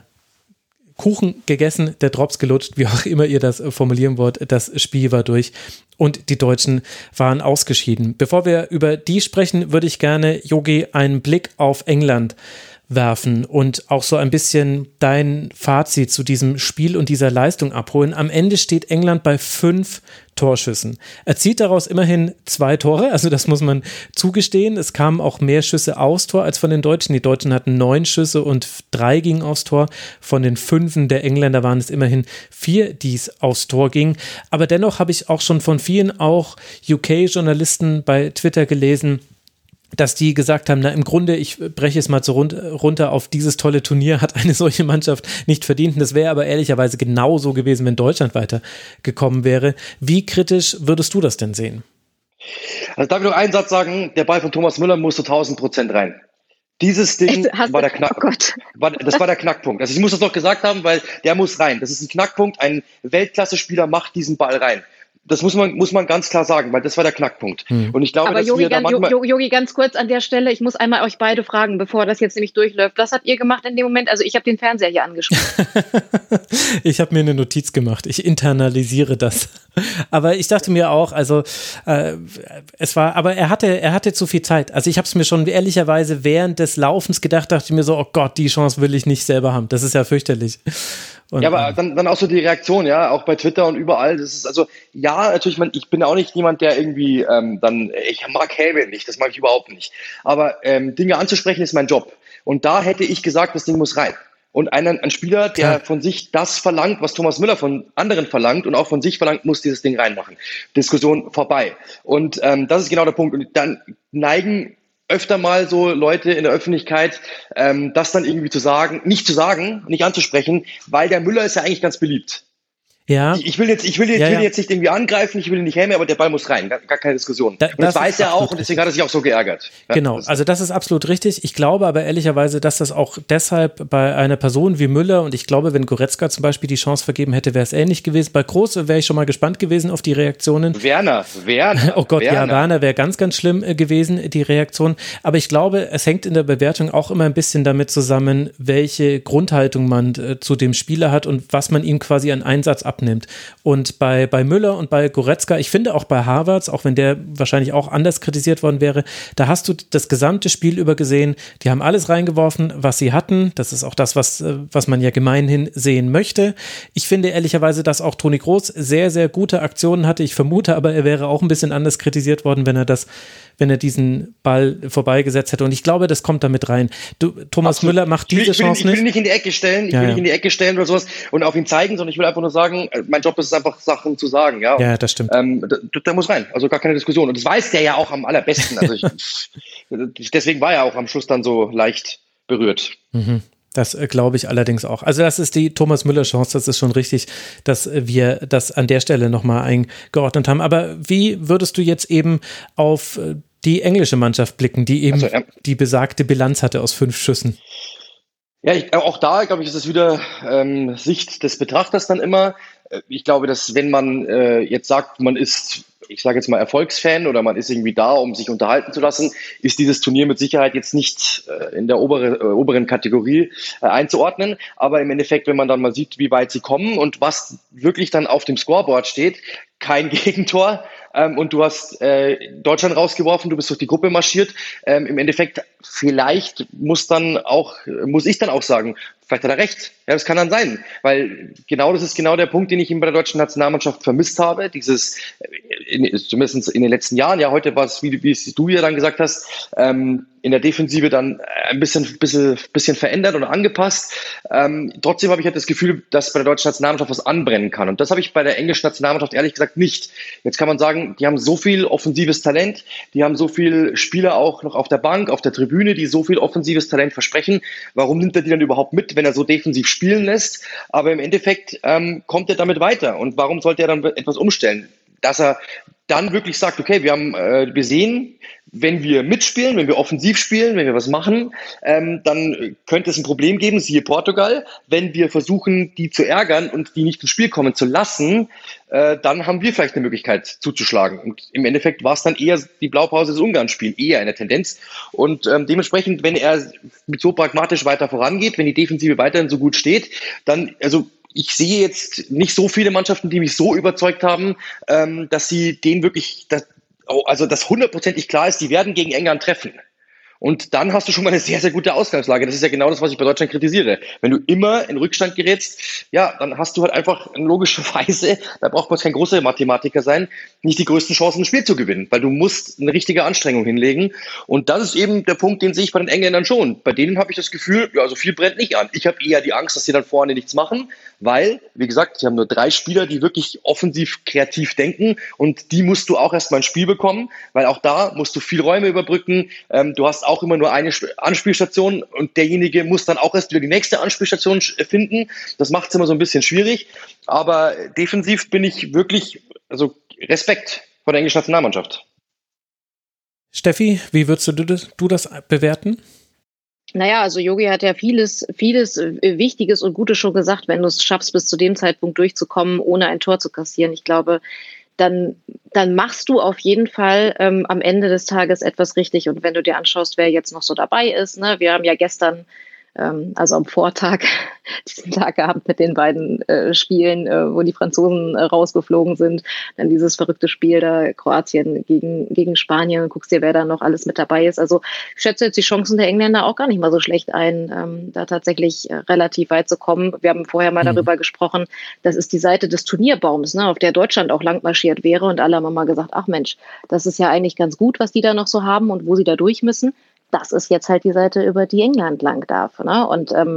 Kuchen gegessen, der Drops gelutscht, wie auch immer ihr das formulieren wollt. Das Spiel war durch und die Deutschen waren ausgeschieden. Bevor wir über die sprechen, würde ich gerne, Yogi, einen Blick auf England werfen und auch so ein bisschen dein Fazit zu diesem Spiel und dieser Leistung abholen. Am Ende steht England bei fünf Torschüssen. Erzielt daraus immerhin zwei Tore, also das muss man zugestehen. Es kamen auch mehr Schüsse aufs Tor als von den Deutschen. Die Deutschen hatten neun Schüsse und drei gingen aufs Tor. Von den fünfen der Engländer waren es immerhin vier, die es aufs Tor gingen. Aber dennoch habe ich auch schon von vielen auch U K-Journalisten bei Twitter gelesen, dass die gesagt haben, na im Grunde, ich breche es mal so run- runter auf dieses tolle Turnier, hat eine solche Mannschaft nicht verdient. Und das wäre aber ehrlicherweise genauso gewesen, wenn Deutschland weitergekommen wäre. Wie kritisch würdest du das denn sehen? Also darf ich noch einen Satz sagen, der Ball von Thomas Müller musste tausend Prozent rein. Dieses Ding war der, Knack- oh Gott. war, das war der Knackpunkt. Also ich muss das doch gesagt haben, weil der muss rein. Das ist ein Knackpunkt. Ein Weltklasse-Spieler macht diesen Ball rein. Das muss man, muss man ganz klar sagen, weil das war der Knackpunkt. Hm. Und ich glaube, aber dass Jogi, wir da manchmal... Jogi, ganz kurz an der Stelle, ich muss einmal euch beide fragen, bevor das jetzt nämlich durchläuft. Was habt ihr gemacht in dem Moment? Also ich habe den Fernseher hier angeschaut. Ich habe mir eine Notiz gemacht. Ich internalisiere das. Aber ich dachte mir auch, also äh, es war, aber er hatte, er hatte zu viel Zeit. Also ich habe es mir schon ehrlicherweise während des Laufens gedacht, dachte ich mir so, oh Gott, die Chance will ich nicht selber haben. Das ist ja fürchterlich. Und, ja, aber dann, dann auch so die Reaktion, ja, auch bei Twitter und überall. Das ist also, ja, natürlich, man, ich bin auch nicht jemand, der irgendwie ähm, dann, ich mag Häme nicht, das mag ich überhaupt nicht. Aber ähm, Dinge anzusprechen ist mein Job. Und da hätte ich gesagt, das Ding muss rein. Und ein, ein Spieler, der Klar. von sich das verlangt, was Thomas Müller von anderen verlangt und auch von sich verlangt, muss dieses Ding reinmachen. Diskussion vorbei. Und ähm, das ist genau der Punkt. Und dann neigen öfter mal so Leute in der Öffentlichkeit, ähm, das dann irgendwie zu sagen, nicht zu sagen, nicht anzusprechen, weil der Müller ist ja eigentlich ganz beliebt. Ja. Ich will jetzt, ich will, jetzt, ja, ich will ja. jetzt nicht irgendwie angreifen, ich will ihn nicht hämen, aber der Ball muss rein, gar, gar keine Diskussion. Da, und das, das weiß er auch und deswegen hat er sich auch so geärgert. Ja, genau, also das ist absolut richtig. Ich glaube aber ehrlicherweise, dass das auch deshalb bei einer Person wie Müller und ich glaube, wenn Goretzka zum Beispiel die Chance vergeben hätte, wäre es ähnlich gewesen. Bei Kroos wäre ich schon mal gespannt gewesen auf die Reaktionen. Werner, Werner. Oh Gott, Werner. ja, Werner wäre ganz, ganz schlimm äh, gewesen, die Reaktion. Aber ich glaube, es hängt in der Bewertung auch immer ein bisschen damit zusammen, welche Grundhaltung man äh, zu dem Spieler hat und was man ihm quasi an Einsatz abnimmt. Und Und bei, bei Müller und bei Goretzka, ich finde auch bei Havertz, auch wenn der wahrscheinlich auch anders kritisiert worden wäre, da hast du das gesamte Spiel über gesehen, die haben alles reingeworfen, was sie hatten. Das ist auch das, was, was man ja gemeinhin sehen möchte. Ich finde ehrlicherweise, dass auch Toni Kroos sehr, sehr gute Aktionen hatte. Ich vermute aber, er wäre auch ein bisschen anders kritisiert worden, wenn er das, wenn er diesen Ball vorbeigesetzt hätte. Und ich glaube, das kommt damit rein. Du, Thomas Absolut. Müller macht diese ich will, Chance ich will, ich will nicht. nicht in die Ecke stellen, ich ja, will ja. nicht in die Ecke stellen oder sowas und auf ihn zeigen, sondern ich will einfach nur sagen, mein Job ist es einfach, Sachen zu sagen. Ja, ja das stimmt. Ähm, da, da muss rein, also gar keine Diskussion. Und das weiß der ja auch am allerbesten. Also ich, deswegen war er auch am Schluss dann so leicht berührt. Mhm. Das äh, glaube ich allerdings auch. Also das ist die Thomas Müller-Chance, das ist schon richtig, dass wir das an der Stelle nochmal eingeordnet haben. Aber wie würdest du jetzt eben auf äh, die englische Mannschaft blicken, die eben also, ja. die besagte Bilanz hatte aus fünf Schüssen? Ja, ich, auch da, glaube ich, ist es wieder ähm, Sicht des Betrachters dann immer. Ich glaube, dass wenn man äh, jetzt sagt, man ist, ich sage jetzt mal Erfolgsfan oder man ist irgendwie da, um sich unterhalten zu lassen, ist dieses Turnier mit Sicherheit jetzt nicht äh, in der obere, äh, oberen Kategorie äh, einzuordnen. Aber im Endeffekt, wenn man dann mal sieht, wie weit sie kommen und was wirklich dann auf dem Scoreboard steht, kein Gegentor ähm, und du hast äh, Deutschland rausgeworfen, du bist durch die Gruppe marschiert. Ähm, Im Endeffekt, vielleicht muss dann auch, muss ich dann auch sagen, vielleicht hat er recht. Ja, das kann dann sein, weil genau das ist genau der Punkt, den ich ihm bei der deutschen Nationalmannschaft vermisst habe. Dieses, in, zumindest in den letzten Jahren, ja, heute war es, wie, wie es du ja dann gesagt hast, ähm, in der Defensive dann ein bisschen, bisschen, bisschen verändert und angepasst. Ähm, trotzdem habe ich halt das Gefühl, dass bei der deutschen Nationalmannschaft was anbrennen kann. Und das habe ich bei der englischen Nationalmannschaft ehrlich gesagt nicht. Jetzt kann man sagen, die haben so viel offensives Talent, die haben so viel Spieler auch noch auf der Bank, auf der Tribüne, die so viel offensives Talent versprechen. Warum nimmt er die dann überhaupt mit, wenn er so defensiv spielen lässt? Aber im Endeffekt ähm, kommt er damit weiter. Und warum sollte er dann etwas umstellen? Dass er dann wirklich sagt, okay, wir haben, äh, wir sehen, wenn wir mitspielen, wenn wir offensiv spielen, wenn wir was machen, ähm, dann könnte es ein Problem geben, siehe Portugal. Wenn wir versuchen, die zu ärgern und die nicht ins Spiel kommen zu lassen, äh, dann haben wir vielleicht eine Möglichkeit zuzuschlagen. Und im Endeffekt war es dann eher die Blaupause des Ungarn-Spiels, eher eine Tendenz. Und ähm, dementsprechend, wenn er mit so pragmatisch weiter vorangeht, wenn die Defensive weiterhin so gut steht, dann, also ich sehe jetzt nicht so viele Mannschaften, die mich so überzeugt haben, ähm, dass sie den wirklich, das, also dass hundertprozentig klar ist, die werden gegen England treffen. Und dann hast du schon mal eine sehr, sehr gute Ausgangslage. Das ist ja genau das, was ich bei Deutschland kritisiere. Wenn du immer in Rückstand gerätst, ja, dann hast du halt einfach logischerweise, da braucht man kein großer Mathematiker sein, nicht die größten Chancen, ein Spiel zu gewinnen, weil du musst eine richtige Anstrengung hinlegen. Und das ist eben der Punkt, den sehe ich bei den Engländern schon. Bei denen habe ich das Gefühl, ja, so viel brennt nicht an. Ich habe eher die Angst, dass sie dann vorne nichts machen, weil, wie gesagt, sie haben nur drei Spieler, die wirklich offensiv kreativ denken, und die musst du auch erstmal ins Spiel bekommen, weil auch da musst du viel Räume überbrücken. Ähm, du hast auch immer nur eine Anspielstation und derjenige muss dann auch erst wieder die nächste Anspielstation finden. Das macht es immer so ein bisschen schwierig, aber defensiv bin ich wirklich, also Respekt vor der englischen Nationalmannschaft. Steffi, wie würdest du das, du das bewerten? Naja, also Jogi hat ja vieles, vieles Wichtiges und Gutes schon gesagt, wenn du es schaffst, bis zu dem Zeitpunkt durchzukommen, ohne ein Tor zu kassieren. Ich glaube, dann, dann machst du auf jeden Fall ähm, am Ende des Tages etwas richtig. Und wenn du dir anschaust, wer jetzt noch so dabei ist, ne, wir haben ja gestern, ähm, also am Vortag, diesen Tag gehabt mit den beiden äh, Spielen, äh, wo die Franzosen äh, rausgeflogen sind. Dann dieses verrückte Spiel da, Kroatien gegen, gegen Spanien. Und guckst dir, wer da noch alles mit dabei ist. Also ich schätze jetzt die Chancen der Engländer auch gar nicht mal so schlecht ein, ähm, da tatsächlich äh, relativ weit zu kommen. Wir haben vorher mal mhm. darüber gesprochen, das ist die Seite des Turnierbaums, ne, auf der Deutschland auch lang marschiert wäre. Und alle haben mal gesagt, ach Mensch, das ist ja eigentlich ganz gut, was die da noch so haben und wo sie da durch müssen. Das ist jetzt halt die Seite, über die England lang darf. Ne? Und ähm,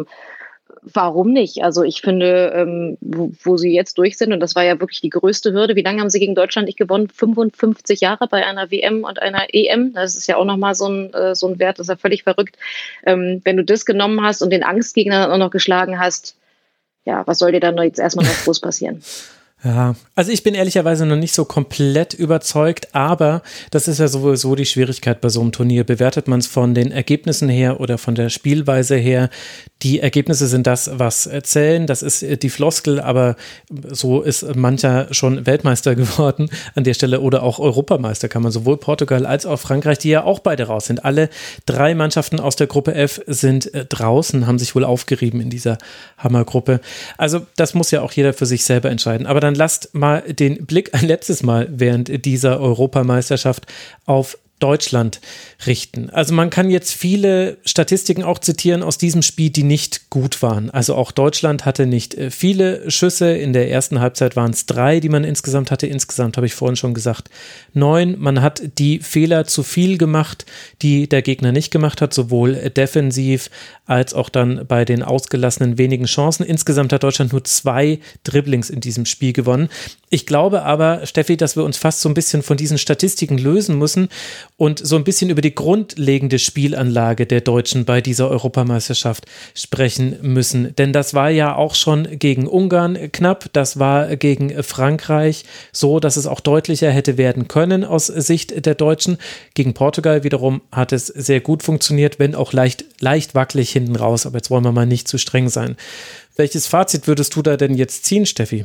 warum nicht? Also ich finde, ähm, wo, wo sie jetzt durch sind, und das war ja wirklich die größte Hürde. Wie lange haben sie gegen Deutschland nicht gewonnen? fünfundfünfzig Jahre bei einer W M und einer E M. Das ist ja auch nochmal so ein, äh, so ein Wert, das ist ja völlig verrückt. Ähm, wenn du das genommen hast und den Angstgegner dann auch noch geschlagen hast, ja, was soll dir dann jetzt erstmal noch groß passieren? Ja, also ich bin ehrlicherweise noch nicht so komplett überzeugt, aber das ist ja sowieso die Schwierigkeit bei so einem Turnier. Bewertet man es von den Ergebnissen her oder von der Spielweise her? Die Ergebnisse sind das, was zählen. Das ist die Floskel, aber so ist mancher schon Weltmeister geworden an der Stelle oder auch Europameister, kann man sowohl Portugal als auch Frankreich, die ja auch beide raus sind. Alle drei Mannschaften aus der Gruppe F sind draußen, haben sich wohl aufgerieben in dieser Hammergruppe. Also das muss ja auch jeder für sich selber entscheiden. Aber dann lasst mal den Blick ein letztes Mal während dieser Europameisterschaft auf Deutschland richten. Also man kann jetzt viele Statistiken auch zitieren aus diesem Spiel, die nicht gut waren. Also auch Deutschland hatte nicht viele Schüsse. In der ersten Halbzeit waren es drei, die man insgesamt hatte. Insgesamt habe ich vorhin schon gesagt, neun. Man hat die Fehler zu viel gemacht, die der Gegner nicht gemacht hat, sowohl defensiv als auch dann bei den ausgelassenen wenigen Chancen. Insgesamt hat Deutschland nur zwei Dribblings in diesem Spiel gewonnen. Ich glaube aber, Steffi, dass wir uns fast so ein bisschen von diesen Statistiken lösen müssen und so ein bisschen über die grundlegende Spielanlage der Deutschen bei dieser Europameisterschaft sprechen müssen. Denn das war ja auch schon gegen Ungarn knapp, das war gegen Frankreich so, dass es auch deutlicher hätte werden können aus Sicht der Deutschen. Gegen Portugal wiederum hat es sehr gut funktioniert, wenn auch leicht, leicht wackelig hinten raus. Aber jetzt wollen wir mal nicht zu streng sein. Welches Fazit würdest du da denn jetzt ziehen, Steffi?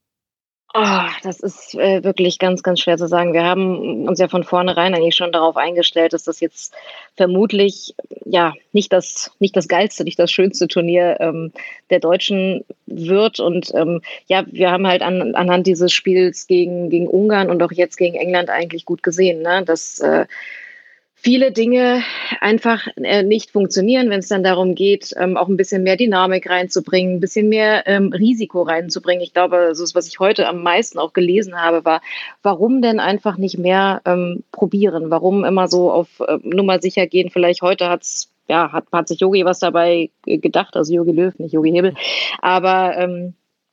Oh, das ist äh, wirklich ganz, ganz schwer zu sagen. Wir haben uns ja von vornherein eigentlich schon darauf eingestellt, dass das jetzt vermutlich ja nicht das, nicht das geilste, nicht das schönste Turnier ähm, der Deutschen wird. Und ähm, ja, wir haben halt an, anhand dieses Spiels gegen, gegen Ungarn und auch jetzt gegen England eigentlich gut gesehen, ne? dass äh, viele Dinge einfach äh, nicht funktionieren, wenn es dann darum geht, ähm, auch ein bisschen mehr Dynamik reinzubringen, ein bisschen mehr ähm, Risiko reinzubringen. Ich glaube, das ist, was ich heute am meisten auch gelesen habe, war, warum denn einfach nicht mehr ähm, probieren? Warum immer so auf äh, Nummer sicher gehen? Vielleicht heute hat's, ja, hat, hat sich Jogi was dabei gedacht, also Jogi Löw, nicht Jogi Hebel. Aber ähm,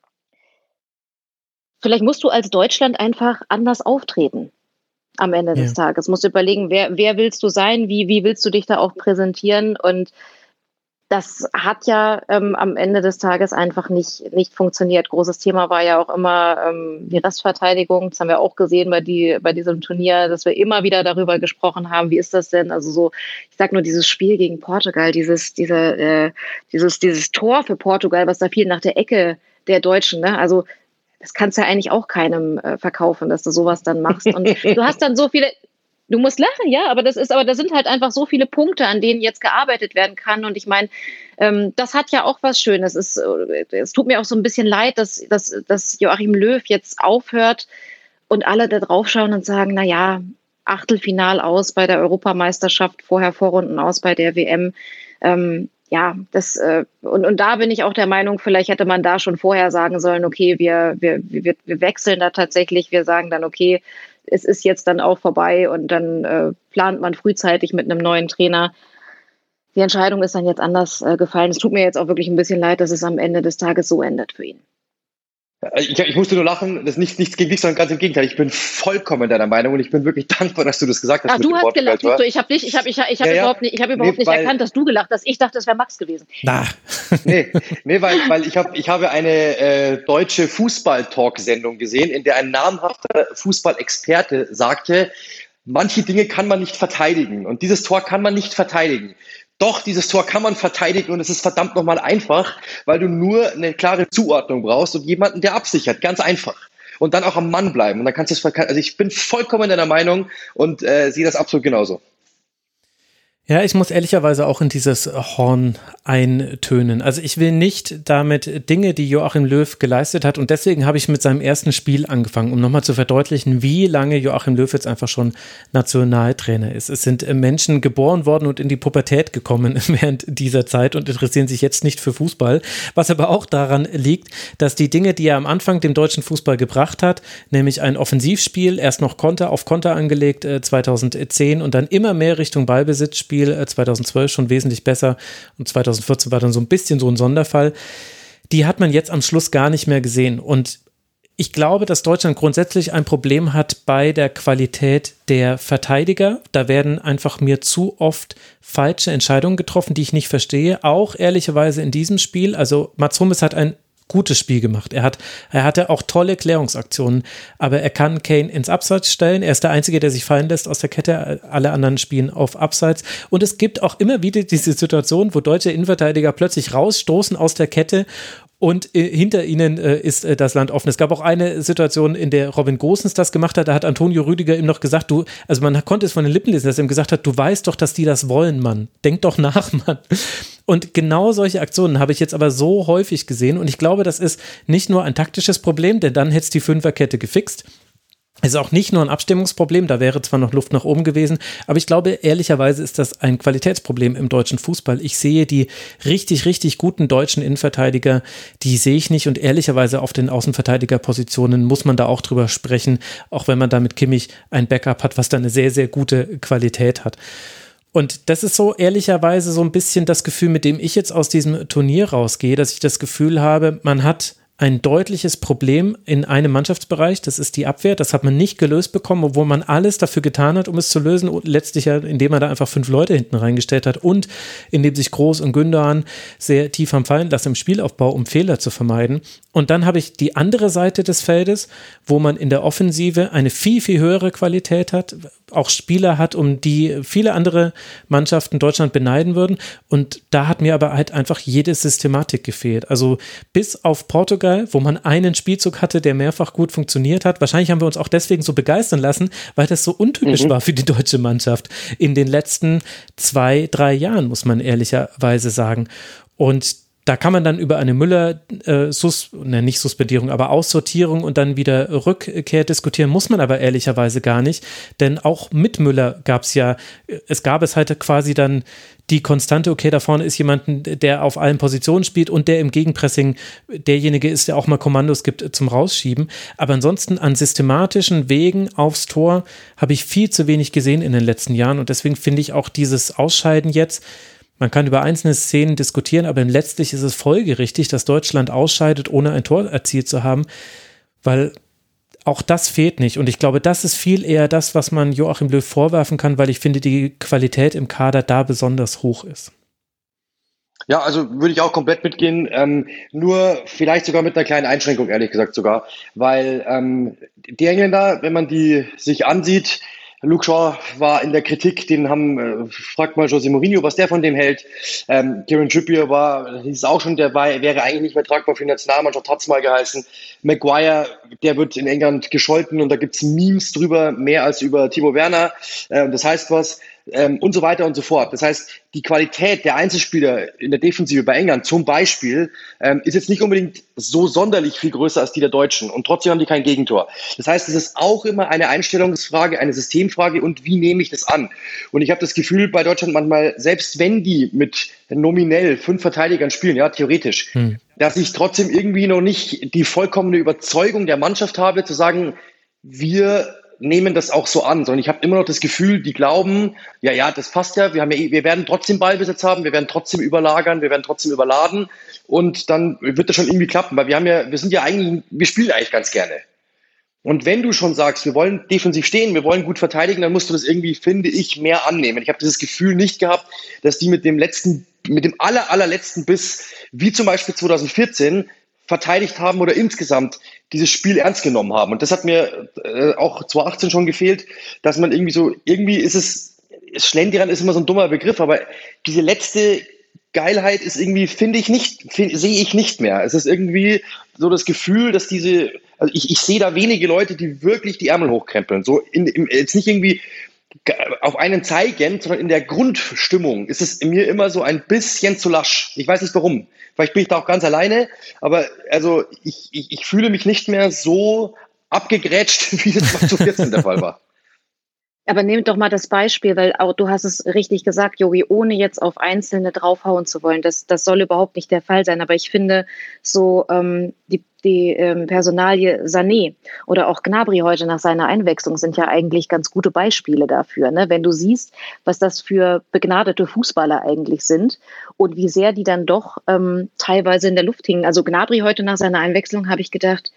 vielleicht musst du als Deutschland einfach anders auftreten. Am Ende des ja. Tages. Musst du überlegen, wer, wer willst du sein, wie, wie willst du dich da auch präsentieren, und das hat ja ähm, am Ende des Tages einfach nicht, nicht funktioniert. Großes Thema war ja auch immer ähm, die Restverteidigung. Das haben wir auch gesehen bei, die, bei diesem Turnier, dass wir immer wieder darüber gesprochen haben, wie ist das denn? Also so, ich sag nur dieses Spiel gegen Portugal, dieses, diese, äh, dieses, dieses Tor für Portugal, was da fiel nach der Ecke der Deutschen, ne? Also das kannst du ja eigentlich auch keinem äh, verkaufen, dass du sowas dann machst. Und du hast dann so viele, du musst lachen, ja, aber das ist, aber da sind halt einfach so viele Punkte, an denen jetzt gearbeitet werden kann. Und ich meine, ähm, das hat ja auch was Schönes. Es, es tut mir auch so ein bisschen leid, dass, dass, dass Joachim Löw jetzt aufhört und alle da drauf schauen und sagen, na ja, Achtelfinal aus bei der Europameisterschaft, vorher Vorrunden aus bei der W M. Ähm, ja, das äh, und, und da bin ich auch der Meinung, vielleicht hätte man da schon vorher sagen sollen, okay, wir, wir, wir, wir wechseln da tatsächlich, wir sagen dann, okay, es ist jetzt dann auch vorbei und dann äh, plant man frühzeitig mit einem neuen Trainer. Die Entscheidung ist dann jetzt anders äh, gefallen. Es tut mir jetzt auch wirklich ein bisschen leid, dass es am Ende des Tages so endet für ihn. Ich, ich musste nur lachen, das ist nichts, nichts gegen dich, sondern ganz im Gegenteil. Ich bin vollkommen deiner Meinung und ich bin wirklich dankbar, dass du das gesagt hast. Ach, du hast gelacht, siehst du, ich habe nicht, ich habe, ich habe, ich habe ja, ja. überhaupt nicht, ich habe überhaupt nee, nicht weil, erkannt, dass du gelacht hast. Ich dachte, das wäre Max gewesen. Na. nee, nee, weil, weil ich habe, ich habe eine äh, deutsche Fußball-Talk-Sendung gesehen, in der ein namhafter Fußballexperte sagte, manche Dinge kann man nicht verteidigen und dieses Tor kann man nicht verteidigen. Doch, dieses Tor kann man verteidigen und es ist verdammt nochmal einfach, weil du nur eine klare Zuordnung brauchst und jemanden, der absichert. Ganz einfach. Und dann auch am Mann bleiben. Und dann kannst du es verteidigen. Also ich bin vollkommen deiner Meinung und äh, sehe das absolut genauso. Ja, ich muss ehrlicherweise auch in dieses Horn eintönen. Also ich will nicht damit Dinge, die Joachim Löw geleistet hat und deswegen habe ich mit seinem ersten Spiel angefangen, um nochmal zu verdeutlichen, wie lange Joachim Löw jetzt einfach schon Nationaltrainer ist. Es sind Menschen geboren worden und in die Pubertät gekommen während dieser Zeit und interessieren sich jetzt nicht für Fußball, was aber auch daran liegt, dass die Dinge, die er am Anfang dem deutschen Fußball gebracht hat, nämlich ein Offensivspiel, erst noch Konter auf Konter angelegt äh, zweitausendzehn und dann immer mehr Richtung Ballbesitzspiel, zweitausendzwölf schon wesentlich besser und zweitausendvierzehn war dann so ein bisschen so ein Sonderfall. Die hat man jetzt am Schluss gar nicht mehr gesehen und ich glaube, dass Deutschland grundsätzlich ein Problem hat bei der Qualität der Verteidiger. Da werden einfach mir zu oft falsche Entscheidungen getroffen, die ich nicht verstehe. Auch ehrlicherweise in diesem Spiel. Also Mats Hummels hat ein gutes Spiel gemacht. Er hat, er hatte auch tolle Klärungsaktionen, aber er kann Kane ins Abseits stellen. Er ist der Einzige, der sich fallen lässt aus der Kette. Alle anderen spielen auf Abseits. Und es gibt auch immer wieder diese Situation, wo deutsche Innenverteidiger plötzlich rausstoßen aus der Kette und äh, hinter ihnen äh, ist äh, das Land offen. Es gab auch eine Situation, in der Robin Gosens das gemacht hat. Da hat Antonio Rüdiger ihm noch gesagt, du, also man konnte es von den Lippen lesen, dass er ihm gesagt hat, du weißt doch, dass die das wollen, Mann. Denk doch nach, Mann. Und genau solche Aktionen habe ich jetzt aber so häufig gesehen und ich glaube, das ist nicht nur ein taktisches Problem, denn dann hätte es die Fünferkette gefixt. Es ist auch nicht nur ein Abstimmungsproblem, da wäre zwar noch Luft nach oben gewesen, aber ich glaube, ehrlicherweise ist das ein Qualitätsproblem im deutschen Fußball. Ich sehe die richtig, richtig guten deutschen Innenverteidiger, die sehe ich nicht und ehrlicherweise auf den Außenverteidigerpositionen muss man da auch drüber sprechen, auch wenn man da mit Kimmich ein Backup hat, was da eine sehr, sehr gute Qualität hat. Und das ist so ehrlicherweise so ein bisschen das Gefühl, mit dem ich jetzt aus diesem Turnier rausgehe, dass ich das Gefühl habe, man hat ein deutliches Problem in einem Mannschaftsbereich, das ist die Abwehr, das hat man nicht gelöst bekommen, obwohl man alles dafür getan hat, um es zu lösen, und letztlich ja, indem man da einfach fünf Leute hinten reingestellt hat und indem sich Groß und Gündoğan sehr tief haben fallen lassen im Spielaufbau, um Fehler zu vermeiden. Und dann habe ich die andere Seite des Feldes, wo man in der Offensive eine viel, viel höhere Qualität hat, auch Spieler hat, um die viele andere Mannschaften Deutschland beneiden würden. Und da hat mir aber halt einfach jede Systematik gefehlt. Also bis auf Portugal, wo man einen Spielzug hatte, der mehrfach gut funktioniert hat. Wahrscheinlich haben wir uns auch deswegen so begeistern lassen, weil das so untypisch mhm. war für die deutsche Mannschaft in den letzten zwei, drei Jahren, muss man ehrlicherweise sagen. Und da kann man dann über eine Müller, äh, Sus, ne, nicht Suspendierung, aber Aussortierung und dann wieder Rückkehr diskutieren, muss man aber ehrlicherweise gar nicht, denn auch mit Müller gab es ja, es gab es halt quasi dann die Konstante, okay, da vorne ist jemand, der auf allen Positionen spielt und der im Gegenpressing derjenige ist, der auch mal Kommandos gibt zum Rausschieben, aber ansonsten an systematischen Wegen aufs Tor habe ich viel zu wenig gesehen in den letzten Jahren und deswegen finde ich auch dieses Ausscheiden jetzt, man kann über einzelne Szenen diskutieren, aber letztlich ist es folgerichtig, dass Deutschland ausscheidet, ohne ein Tor erzielt zu haben, weil auch das fehlt nicht. Und ich glaube, das ist viel eher das, was man Joachim Löw vorwerfen kann, weil ich finde, die Qualität im Kader da besonders hoch ist. Ja, also würde ich auch komplett mitgehen, ähm, nur vielleicht sogar mit einer kleinen Einschränkung, ehrlich gesagt sogar, weil ähm, die Engländer, wenn man die sich ansieht, Luke Shaw war in der Kritik, den haben, äh, fragt mal José Mourinho, was der von dem hält. Ähm, Kieran Trippier war, hieß auch schon, der war, wäre eigentlich nicht mehr tragbar für die Nationalmannschaft, hat's mal geheißen. Maguire, der wird in England gescholten und da gibt's Memes drüber, mehr als über Timo Werner. Äh, das heißt was. ähm, und so weiter und so fort. Das heißt, die Qualität der Einzelspieler in der Defensive bei England zum Beispiel ähm, ist jetzt nicht unbedingt so sonderlich viel größer als die der Deutschen und trotzdem haben die kein Gegentor. Das heißt, es ist auch immer eine Einstellungsfrage, eine Systemfrage und wie nehme ich das an? Und ich habe das Gefühl bei Deutschland manchmal, selbst wenn die mit nominell fünf Verteidigern spielen, ja, theoretisch, hm. dass ich trotzdem irgendwie noch nicht die vollkommene Überzeugung der Mannschaft habe, zu sagen, wir nehmen das auch so an, sondern ich habe immer noch das Gefühl, die glauben, ja, ja, das passt ja, wir haben ja, wir werden trotzdem Ballbesitz haben, wir werden trotzdem überlagern, wir werden trotzdem überladen und dann wird das schon irgendwie klappen, weil wir haben ja, wir sind ja eigentlich, wir spielen eigentlich ganz gerne. Und wenn du schon sagst, wir wollen defensiv stehen, wir wollen gut verteidigen, dann musst du das irgendwie, finde ich, mehr annehmen. Ich habe dieses Gefühl nicht gehabt, dass die mit dem letzten, mit dem aller, allerletzten Biss, wie zum Beispiel zwanzig vierzehn, verteidigt haben oder insgesamt dieses Spiel ernst genommen haben. Und das hat mir äh, auch zwanzig achtzehn schon gefehlt, dass man irgendwie so, irgendwie ist es, Schlendrian ist immer so ein dummer Begriff, aber diese letzte Geilheit ist irgendwie, finde ich nicht, find, sehe ich nicht mehr. Es ist irgendwie so das Gefühl, dass diese, also ich, ich sehe da wenige Leute, die wirklich die Ärmel hochkrempeln. So in, im, jetzt nicht irgendwie auf einen zeigen, sondern in der Grundstimmung ist es mir immer so ein bisschen zu lasch. Ich weiß nicht warum. Vielleicht bin ich da auch ganz alleine, aber also ich, ich, ich fühle mich nicht mehr so abgegrätscht, wie das zwanzig vierzehn der Fall war. Aber nehmt doch mal das Beispiel, weil auch du hast es richtig gesagt, Jogi, ohne jetzt auf Einzelne draufhauen zu wollen. Das, das soll überhaupt nicht der Fall sein. Aber ich finde so ähm, die, die ähm, Personalie Sané oder auch Gnabry heute nach seiner Einwechslung sind ja eigentlich ganz gute Beispiele dafür. Ne? Wenn du siehst, was das für begnadete Fußballer eigentlich sind und wie sehr die dann doch ähm, teilweise in der Luft hingen. Also Gnabry heute nach seiner Einwechslung habe ich gedacht,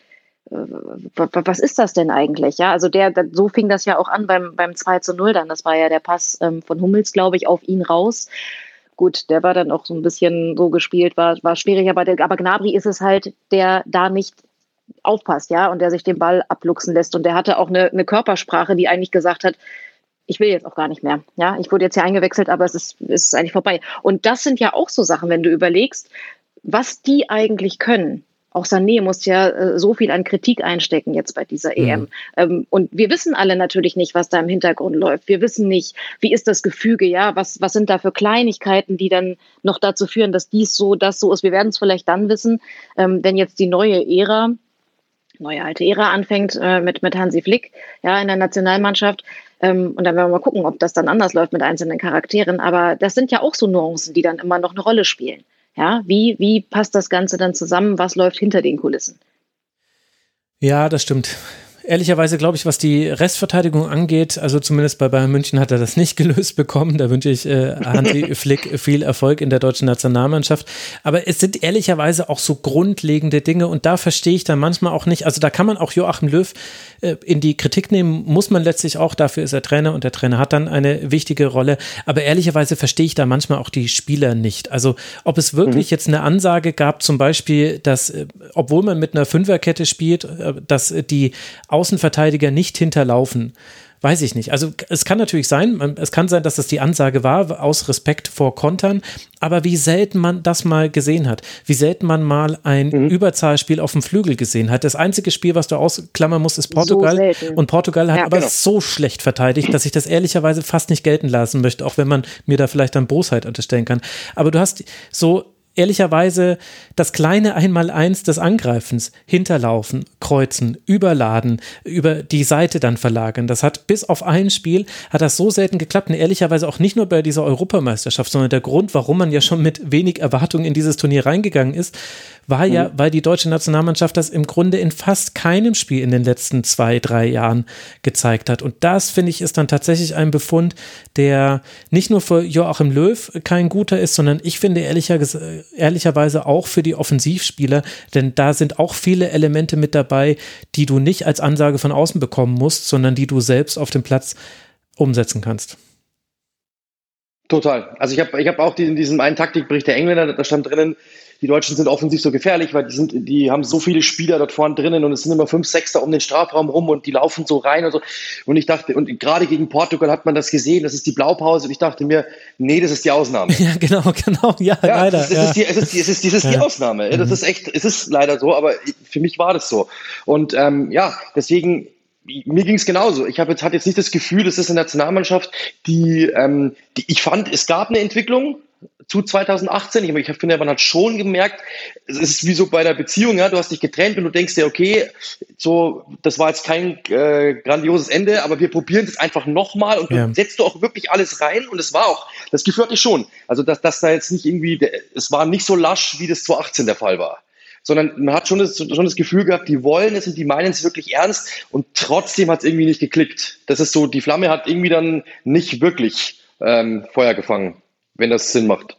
was ist das denn eigentlich? Ja, also der, so fing das ja auch an beim, beim zwei zu null dann. Das war ja der Pass ähm, von Hummels, glaube ich, auf ihn raus. Gut, der war dann auch so ein bisschen so gespielt, war, war schwierig, aber, der, aber Gnabry ist es halt, der da nicht aufpasst, ja, und der sich den Ball abluchsen lässt. Und der hatte auch eine, eine Körpersprache, die eigentlich gesagt hat, ich will jetzt auch gar nicht mehr. Ja, ich wurde jetzt hier eingewechselt, aber es ist, es ist eigentlich vorbei. Und das sind ja auch so Sachen, wenn du überlegst, was die eigentlich können. Auch Sané muss ja äh, so viel an Kritik einstecken jetzt bei dieser E M. Mhm. Ähm, und wir wissen alle natürlich nicht, was da im Hintergrund läuft. Wir wissen nicht, wie ist das Gefüge, ja, was, was sind da für Kleinigkeiten, die dann noch dazu führen, dass dies so, das so ist. Wir werden es vielleicht dann wissen, ähm, wenn jetzt die neue Ära, neue alte Ära anfängt äh, mit, mit Hansi Flick, ja, in der Nationalmannschaft. Ähm, und dann werden wir mal gucken, ob das dann anders läuft mit einzelnen Charakteren. Aber das sind ja auch so Nuancen, die dann immer noch eine Rolle spielen. Ja, wie, wie passt das Ganze dann zusammen? Was läuft hinter den Kulissen? Ja, das stimmt. Ehrlicherweise glaube ich, was die Restverteidigung angeht, also zumindest bei Bayern München hat er das nicht gelöst bekommen. Da wünsche ich äh, Hansi Flick viel Erfolg in der deutschen Nationalmannschaft. Aber es sind ehrlicherweise auch so grundlegende Dinge und da verstehe ich dann manchmal auch nicht, also da kann man auch Joachim Löw äh, in die Kritik nehmen, muss man letztlich auch, dafür ist er Trainer und der Trainer hat dann eine wichtige Rolle. Aber ehrlicherweise verstehe ich da manchmal auch die Spieler nicht. Also ob es wirklich mhm. jetzt eine Ansage gab, zum Beispiel, dass, äh, obwohl man mit einer Fünferkette spielt, äh, dass äh, die Außenverteidiger nicht hinterlaufen. Weiß ich nicht. Also es kann natürlich sein, es kann sein, dass das die Ansage war, aus Respekt vor Kontern, aber wie selten man das mal gesehen hat, wie selten man mal ein mhm. Überzahlspiel auf dem Flügel gesehen hat. Das einzige Spiel, was du ausklammern musst, ist Portugal so und Portugal hat ja, aber genau. so schlecht verteidigt, dass ich das ehrlicherweise fast nicht gelten lassen möchte, auch wenn man mir da vielleicht dann Bosheit unterstellen kann. Aber du hast so ehrlicherweise das kleine Einmaleins des Angreifens, hinterlaufen, kreuzen, überladen, über die Seite dann verlagern. Das hat bis auf ein Spiel, hat das so selten geklappt und ehrlicherweise auch nicht nur bei dieser Europameisterschaft, sondern der Grund, warum man ja schon mit wenig Erwartung in dieses Turnier reingegangen ist, war ja, mhm. weil die deutsche Nationalmannschaft das im Grunde in fast keinem Spiel in den letzten zwei, drei Jahren gezeigt hat. Und das, finde ich, ist dann tatsächlich ein Befund, der nicht nur für Joachim Löw kein guter ist, sondern ich finde ehrlicher, ehrlicherweise auch für die Offensivspieler, denn da sind auch viele Elemente mit dabei, die du nicht als Ansage von außen bekommen musst, sondern die du selbst auf dem Platz umsetzen kannst. Total. Also ich habe ich hab auch in diesem einen Taktikbericht der Engländer, da stand drinnen, die Deutschen sind offensiv so gefährlich, weil die sind, die haben so viele Spieler dort vorne drinnen und es sind immer fünf, sechs da um den Strafraum rum und die laufen so rein und so. Und ich dachte, und gerade gegen Portugal hat man das gesehen, das ist die Blaupause und ich dachte mir, nee, das ist die Ausnahme. Ja, genau, genau, ja, ja leider. Es ist, ja. es ist die, es ist die, es ist, es ist die ja. Ausnahme. Das ist echt, es ist leider so, aber für mich war das so. Und ähm, ja, deswegen mir ging es genauso. Ich habe jetzt, hatte jetzt nicht das Gefühl, das ist eine Nationalmannschaft, die, ähm, die ich fand, es gab eine Entwicklung zu zwanzig achtzehn. Ich, ich finde, man hat schon gemerkt, es ist wie so bei einer Beziehung, ja, du hast dich getrennt und du denkst dir, okay, so, das war jetzt kein äh, grandioses Ende, aber wir probieren es einfach nochmal und ja. Dann setzt du auch wirklich alles rein und es war auch, das Gefühl hatte ich schon. Also, dass, dass da jetzt nicht irgendwie, es war nicht so lasch, wie das zwanzig achtzehn der Fall war. Sondern man hat schon das, schon das Gefühl gehabt, die wollen es und die meinen es wirklich ernst und trotzdem hat es irgendwie nicht geklickt. Das ist so, die Flamme hat irgendwie dann nicht wirklich ähm, Feuer gefangen, wenn das Sinn macht.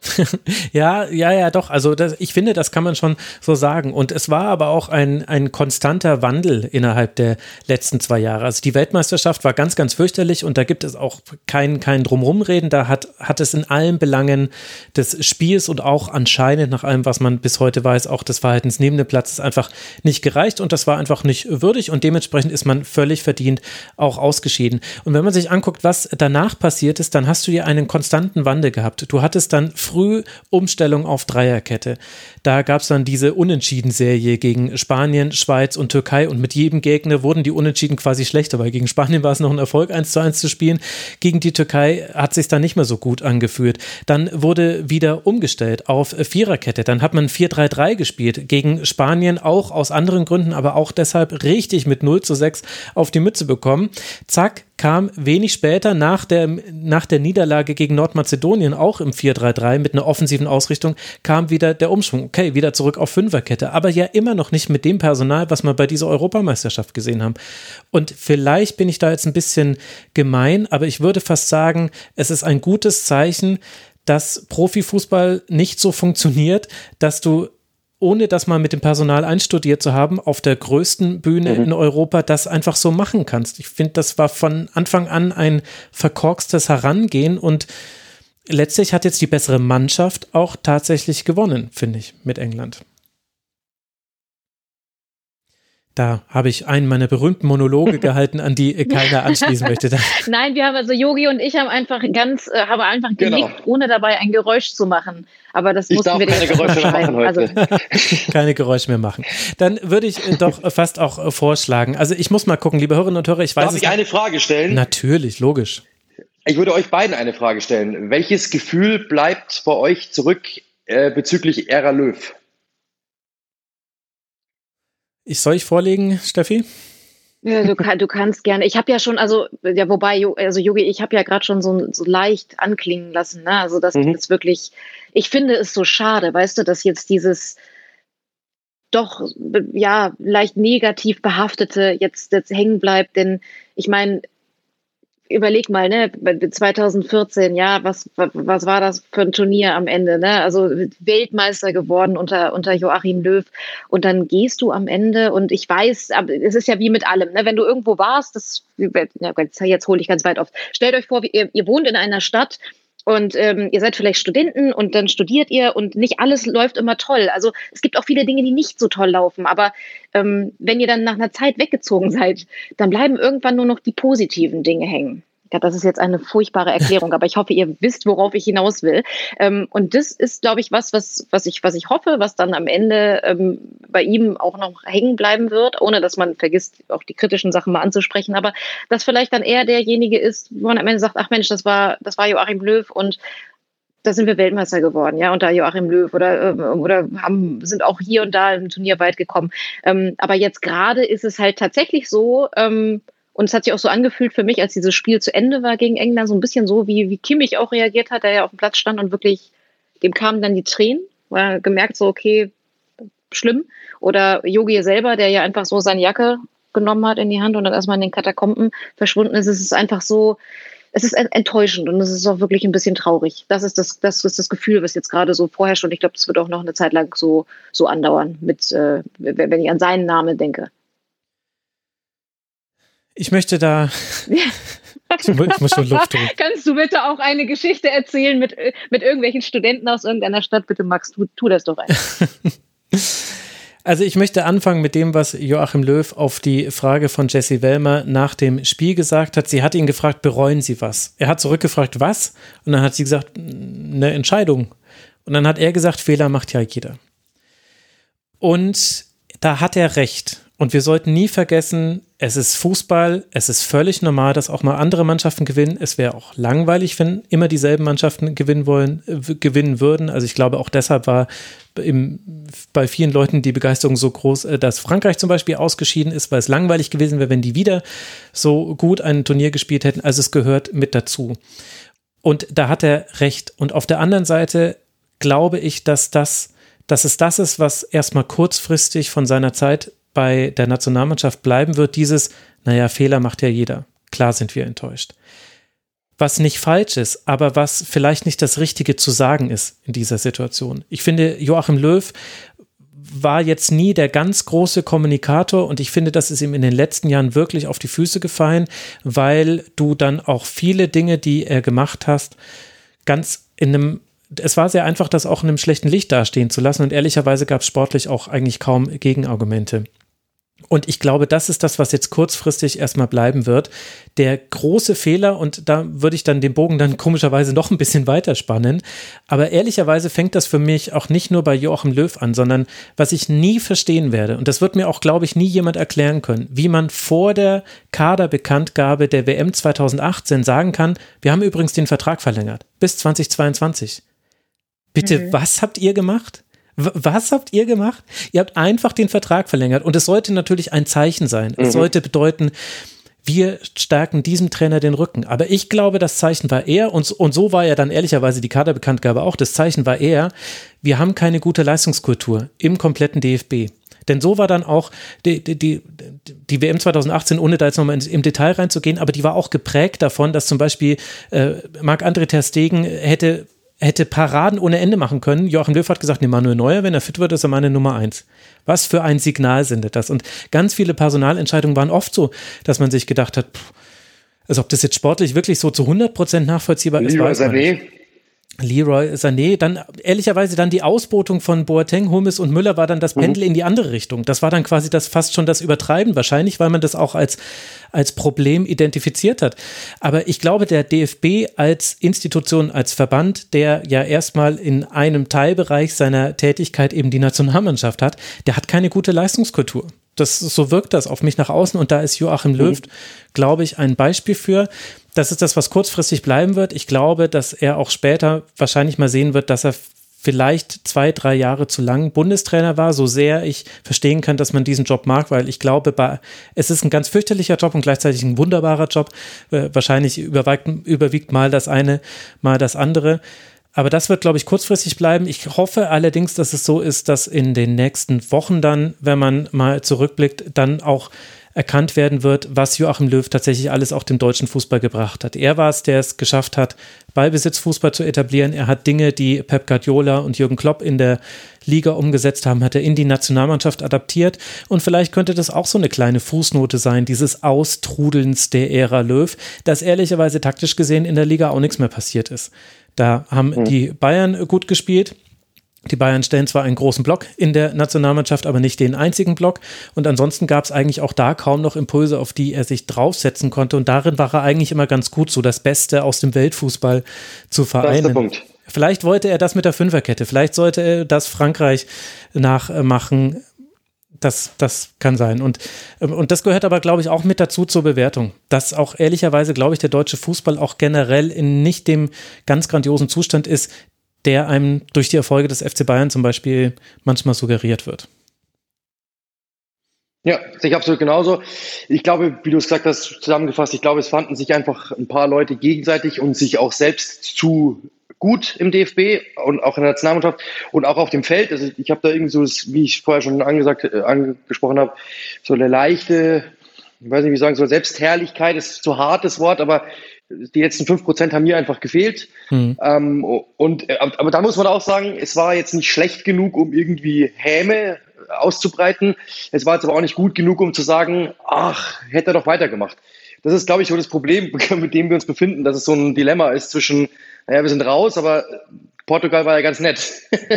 ja, ja, ja, doch. Also das, ich finde, das kann man schon so sagen. Und es war aber auch ein, ein konstanter Wandel innerhalb der letzten zwei Jahre. Also die Weltmeisterschaft war ganz, ganz fürchterlich und da gibt es auch kein, kein Drumrumreden. Da hat, hat es in allen Belangen des Spiels und auch anscheinend nach allem, was man bis heute weiß, auch des Verhaltens neben dem Platz einfach nicht gereicht und das war einfach nicht würdig und dementsprechend ist man völlig verdient auch ausgeschieden. Und wenn man sich anguckt, was danach passiert ist, dann hast du ja einen konstanten Wandel gehabt. Du hattest dann früh Umstellung auf Dreierkette. Da gab es dann diese Unentschieden-Serie gegen Spanien, Schweiz und Türkei und mit jedem Gegner wurden die Unentschieden quasi schlechter, weil gegen Spanien war es noch ein Erfolg, eins zu eins zu spielen. Gegen die Türkei hat es sich dann nicht mehr so gut angefühlt. Dann wurde wieder umgestellt auf Viererkette. Dann hat man vier drei drei gespielt. Gegen Spanien auch aus anderen Gründen, aber auch deshalb richtig mit null zu sechs auf die Mütze bekommen. Zack, kam wenig später nach der, nach der Niederlage gegen Nordmazedonien auch im vier drei drei mit einer offensiven Ausrichtung, kam wieder der Umschwung. Okay, wieder zurück auf Fünferkette, aber ja immer noch nicht mit dem Personal, was wir bei dieser Europameisterschaft gesehen haben. Und vielleicht bin ich da jetzt ein bisschen gemein, aber ich würde fast sagen, es ist ein gutes Zeichen, dass Profifußball nicht so funktioniert, dass du ohne das mal mit dem Personal einstudiert zu haben, auf der größten Bühne mhm. in Europa das einfach so machen kannst. Ich finde, das war von Anfang an ein verkorkstes Herangehen und letztlich hat jetzt die bessere Mannschaft auch tatsächlich gewonnen, finde ich, mit England. Da habe ich einen meiner berühmten Monologe gehalten, an die keiner anschließen möchte. Nein, wir haben also Yogi und ich haben einfach ganz, äh, haben einfach genickt, genau. ohne dabei ein Geräusch zu machen. Aber das ich mussten darf wir keine Geräusche mehr machen heute. Also keine Geräusche mehr machen. Dann würde ich doch fast auch vorschlagen. Also ich muss mal gucken, liebe Hörerinnen und Hörer, ich weiß Darf ich eine Frage stellen? Natürlich, logisch. Ich würde euch beiden eine Frage stellen. Welches Gefühl bleibt bei euch zurück äh, bezüglich Ära Löw? Ich soll ich vorlegen, Steffi? Ja, du, kann, du kannst gerne. Ich habe ja schon, also ja, wobei, also Yogi, ich habe ja gerade schon so, so leicht anklingen lassen, ne? Also das mhm. ist wirklich, ich finde es so schade, weißt du, dass jetzt dieses doch ja leicht negativ behaftete jetzt, jetzt hängen bleibt, denn ich meine, überleg mal, ne, zwanzig vierzehn, ja, was, was war das für ein Turnier am Ende, ne? Also Weltmeister geworden unter, unter Joachim Löw und dann gehst du am Ende und ich weiß, aber es ist ja wie mit allem, ne? Wenn du irgendwo warst, das, ja, jetzt hole ich ganz weit auf. Stellt euch vor, ihr, ihr wohnt in einer Stadt und ähm, ihr seid vielleicht Studenten und dann studiert ihr und nicht alles läuft immer toll. Also es gibt auch viele Dinge, die nicht so toll laufen, aber ähm, wenn ihr dann nach einer Zeit weggezogen seid, dann bleiben irgendwann nur noch die positiven Dinge hängen. Ja, das ist jetzt eine furchtbare Erklärung, aber ich hoffe, ihr wisst, worauf ich hinaus will. Ähm, und das ist, glaube ich, was, was, was ich, was ich hoffe, was dann am Ende ähm, bei ihm auch noch hängen bleiben wird, ohne dass man vergisst, auch die kritischen Sachen mal anzusprechen, aber dass vielleicht dann eher derjenige ist, wo man am Ende sagt, ach Mensch, das war, das war Joachim Löw und da sind wir Weltmeister geworden, ja, unter Joachim Löw oder, oder haben, sind auch hier und da im Turnier weit gekommen. Ähm, aber jetzt gerade ist es halt tatsächlich so, ähm, und es hat sich auch so angefühlt für mich, als dieses Spiel zu Ende war gegen England, so ein bisschen so, wie, wie Kimmich auch reagiert hat, der ja auf dem Platz stand und wirklich, dem kamen dann die Tränen, war gemerkt so, okay, schlimm. Oder Yogi selber, der ja einfach so seine Jacke genommen hat in die Hand und dann erstmal in den Katakomben verschwunden ist. Es ist einfach so, es ist enttäuschend und es ist auch wirklich ein bisschen traurig. Das ist das, das ist das Gefühl, was jetzt gerade so vorherrscht und ich glaube, das wird auch noch eine Zeit lang so, so andauern, mit, äh, wenn ich an seinen Namen denke. Ich möchte da, ich muss, ich muss schon Luft holen. Kannst du bitte auch eine Geschichte erzählen mit, mit irgendwelchen Studenten aus irgendeiner Stadt? Bitte, Max, tu, tu das doch einfach. Also ich möchte anfangen mit dem, was Joachim Löw auf die Frage von Jessie Wellmer nach dem Spiel gesagt hat. Sie hat ihn gefragt, bereuen Sie was? Er hat zurückgefragt, was? Und dann hat sie gesagt, eine Entscheidung. Und dann hat er gesagt, Fehler macht ja jeder. Und da hat er recht. Und wir sollten nie vergessen, es ist Fußball, es ist völlig normal, dass auch mal andere Mannschaften gewinnen. Es wäre auch langweilig, wenn immer dieselben Mannschaften gewinnen wollen, äh, gewinnen würden. Also ich glaube, auch deshalb war im, bei vielen Leuten die Begeisterung so groß, äh, dass Frankreich zum Beispiel ausgeschieden ist, weil es langweilig gewesen wäre, wenn die wieder so gut ein Turnier gespielt hätten. Also es gehört mit dazu. Und da hat er recht. Und auf der anderen Seite glaube ich, dass das, dass es das ist, was erstmal kurzfristig von seiner Zeit bei der Nationalmannschaft bleiben wird, dieses, naja, Fehler macht ja jeder. Klar sind wir enttäuscht. Was nicht falsch ist, aber was vielleicht nicht das Richtige zu sagen ist in dieser Situation. Ich finde, Joachim Löw war jetzt nie der ganz große Kommunikator und ich finde, das ist ihm in den letzten Jahren wirklich auf die Füße gefallen, weil du dann auch viele Dinge, die er gemacht hast, ganz in einem es war sehr einfach, das auch in einem schlechten Licht dastehen zu lassen und ehrlicherweise gab es sportlich auch eigentlich kaum Gegenargumente. Und ich glaube, das ist das, was jetzt kurzfristig erstmal bleiben wird. Der große Fehler, und da würde ich dann den Bogen dann komischerweise noch ein bisschen weiter spannen, aber ehrlicherweise fängt das für mich auch nicht nur bei Joachim Löw an, sondern was ich nie verstehen werde, und das wird mir auch, glaube ich, nie jemand erklären können, wie man vor der Kaderbekanntgabe der W M zweitausendachtzehn sagen kann, wir haben übrigens den Vertrag verlängert bis zweitausendzweiundzwanzig. Bitte, mhm. Was habt ihr gemacht? W- was habt ihr gemacht? Ihr habt einfach den Vertrag verlängert und es sollte natürlich ein Zeichen sein. Mhm. Es sollte bedeuten, wir stärken diesem Trainer den Rücken. Aber ich glaube, das Zeichen war eher, und, und so war ja dann ehrlicherweise die Kaderbekanntgabe auch, das Zeichen war eher, wir haben keine gute Leistungskultur im kompletten D F B. Denn so war dann auch die, die, die, die W M zweitausendachtzehn, ohne da jetzt nochmal im Detail reinzugehen, aber die war auch geprägt davon, dass zum Beispiel äh, Marc-André ter Stegen hätte hätte Paraden ohne Ende machen können. Joachim Löw hat gesagt, nee, Manuel Neuer, wenn er fit wird, ist er meine Nummer eins. Was für ein Signal sendet das? Und ganz viele Personalentscheidungen waren oft so, dass man sich gedacht hat, pff, als ob das jetzt sportlich wirklich so zu hundert Prozent nachvollziehbar ist. Leroy Sané. Leroy Sané, dann ehrlicherweise dann die Ausbotung von Boateng, Hummels und Müller war dann das Pendel mhm. in die andere Richtung. Das war dann quasi das fast schon das Übertreiben, wahrscheinlich, weil man das auch als, als Problem identifiziert hat. Aber ich glaube, der D F B als Institution, als Verband, der ja erstmal in einem Teilbereich seiner Tätigkeit eben die Nationalmannschaft hat, der hat keine gute Leistungskultur. Das, so wirkt das auf mich nach außen und da ist Joachim Löw, mhm. glaube ich, ein Beispiel für. Das ist das, was kurzfristig bleiben wird. Ich glaube, dass er auch später wahrscheinlich mal sehen wird, dass er vielleicht zwei, drei Jahre zu lang Bundestrainer war, so sehr ich verstehen kann, dass man diesen Job mag, weil ich glaube, bei, es ist ein ganz fürchterlicher Job und gleichzeitig ein wunderbarer Job. Äh, wahrscheinlich überwiegt, überwiegt mal das eine, mal das andere. Aber das wird, glaube ich, kurzfristig bleiben. Ich hoffe allerdings, dass es so ist, dass in den nächsten Wochen dann, wenn man mal zurückblickt, dann auch erkannt werden wird, was Joachim Löw tatsächlich alles auch dem deutschen Fußball gebracht hat. Er war es, der es geschafft hat, Ballbesitzfußball zu etablieren. Er hat Dinge, die Pep Guardiola und Jürgen Klopp in der Liga umgesetzt haben, hat er in die Nationalmannschaft adaptiert. Und vielleicht könnte das auch so eine kleine Fußnote sein, dieses Austrudelns der Ära Löw, dass ehrlicherweise taktisch gesehen in der Liga auch nichts mehr passiert ist. Da haben mhm. die Bayern gut gespielt. Die Bayern stellen zwar einen großen Block in der Nationalmannschaft, aber nicht den einzigen Block. Und ansonsten gab es eigentlich auch da kaum noch Impulse, auf die er sich draufsetzen konnte. Und darin war er eigentlich immer ganz gut, so das Beste aus dem Weltfußball zu vereinen. Das ist der Punkt. Vielleicht wollte er das mit der Fünferkette. Vielleicht sollte er das Frankreich nachmachen. Das, das kann sein. Und, und das gehört aber, glaube ich, auch mit dazu zur Bewertung. Dass auch ehrlicherweise, glaube ich, der deutsche Fußball auch generell in nicht dem ganz grandiosen Zustand ist, der einem durch die Erfolge des F C Bayern zum Beispiel manchmal suggeriert wird. Ja, sehe ich absolut genauso. Ich glaube, wie du es gesagt hast, zusammengefasst, ich glaube, es fanden sich einfach ein paar Leute gegenseitig und sich auch selbst zu gut im D F B und auch in der Nationalmannschaft und auch auf dem Feld. Also ich habe da irgendwie so, wie ich vorher schon angesagt, äh, angesprochen habe, so eine leichte, ich weiß nicht, wie ich sagen soll, Selbstherrlichkeit ist zu hartes Wort, aber die letzten fünf Prozent haben mir einfach gefehlt. Mhm. Ähm, und, aber da muss man auch sagen, es war jetzt nicht schlecht genug, um irgendwie Häme auszubreiten. Es war jetzt aber auch nicht gut genug, um zu sagen, ach, hätte er doch weitergemacht. Das ist, glaube ich, so das Problem, mit dem wir uns befinden, dass es so ein Dilemma ist zwischen, naja, wir sind raus, aber Portugal war ja ganz nett.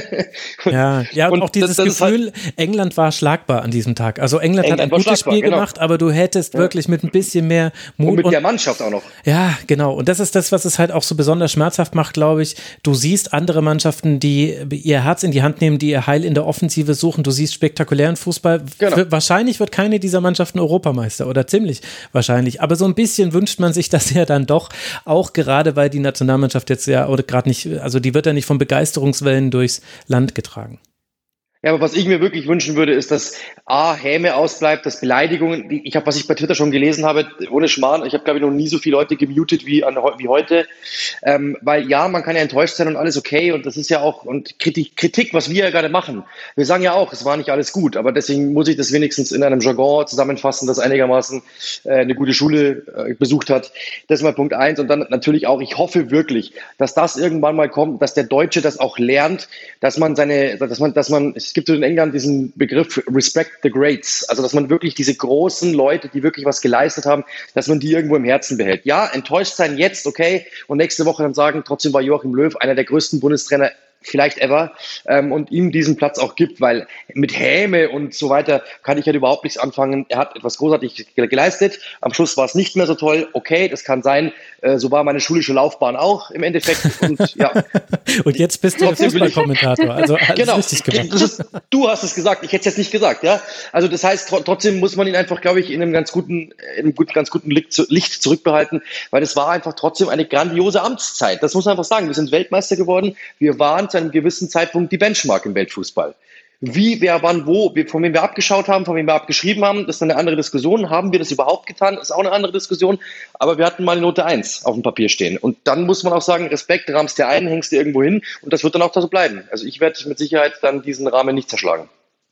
ja, ja, und, und auch dieses das, das Gefühl, halt, England war schlagbar an diesem Tag. Also England, England hat ein gutes Spiel genau. gemacht, aber du hättest ja. wirklich mit ein bisschen mehr Mut. Und mit und, der Mannschaft auch noch. Ja, genau. Und das ist das, was es halt auch so besonders schmerzhaft macht, glaube ich. Du siehst andere Mannschaften, die ihr Herz in die Hand nehmen, die ihr Heil in der Offensive suchen. Du siehst spektakulären Fußball. Genau. Für, wahrscheinlich wird keine dieser Mannschaften Europameister oder ziemlich wahrscheinlich. Aber so ein bisschen wünscht man sich das ja dann doch, auch gerade weil die Nationalmannschaft jetzt ja oder gerade nicht, also die wird ja nicht von Begeisterungswellen durchs Land getragen. Ja, aber was ich mir wirklich wünschen würde, ist, dass A, Häme ausbleibt, dass Beleidigungen, die, ich habe, was ich bei Twitter schon gelesen habe, ohne Schmarrn, ich habe, glaube ich, noch nie so viele Leute gemutet wie, an, wie heute, ähm, weil ja, man kann ja enttäuscht sein und alles okay und das ist ja auch, und Kritik, Kritik, was wir ja gerade machen, wir sagen ja auch, es war nicht alles gut, aber deswegen muss ich das wenigstens in einem Jargon zusammenfassen, das einigermaßen äh, eine gute Schule äh, besucht hat. Das ist mal Punkt eins und dann natürlich auch, ich hoffe wirklich, dass das irgendwann mal kommt, dass der Deutsche das auch lernt, dass man seine, dass man, dass man, es gibt in England diesen Begriff Respect the Greats, also dass man wirklich diese großen Leute, die wirklich was geleistet haben, dass man die irgendwo im Herzen behält. Ja, enttäuscht sein jetzt, okay, und nächste Woche dann sagen, trotzdem war Joachim Löw einer der größten Bundestrainer vielleicht ever, ähm, und ihm diesen Platz auch gibt, weil mit Häme und so weiter kann ich halt überhaupt nichts anfangen. Er hat etwas großartig geleistet, am Schluss war es nicht mehr so toll, okay, das kann sein, äh, so war meine schulische Laufbahn auch im Endeffekt und ja. Und jetzt bist du der Fußballkommentator, also alles genau. richtig gemacht. Das ist, du hast es gesagt, ich hätte es jetzt nicht gesagt, ja. Also das heißt, tr- trotzdem muss man ihn einfach, glaube ich, in einem ganz guten, in einem gut, ganz guten Licht, Licht zurückbehalten, weil es war einfach trotzdem eine grandiose Amtszeit. Das muss man einfach sagen. Wir sind Weltmeister geworden, wir waren zu einem gewissen Zeitpunkt die Benchmark im Weltfußball. Wie, wer, wann, wo, von wem wir abgeschaut haben, von wem wir abgeschrieben haben, das ist eine andere Diskussion. Haben wir das überhaupt getan? Das ist auch eine andere Diskussion. Aber wir hatten mal eine Note eins auf dem Papier stehen. Und dann muss man auch sagen, Respekt, rahmst dir ein, hängst dir irgendwo hin und das wird dann auch da so bleiben. Also ich werde mit Sicherheit dann diesen Rahmen nicht zerschlagen.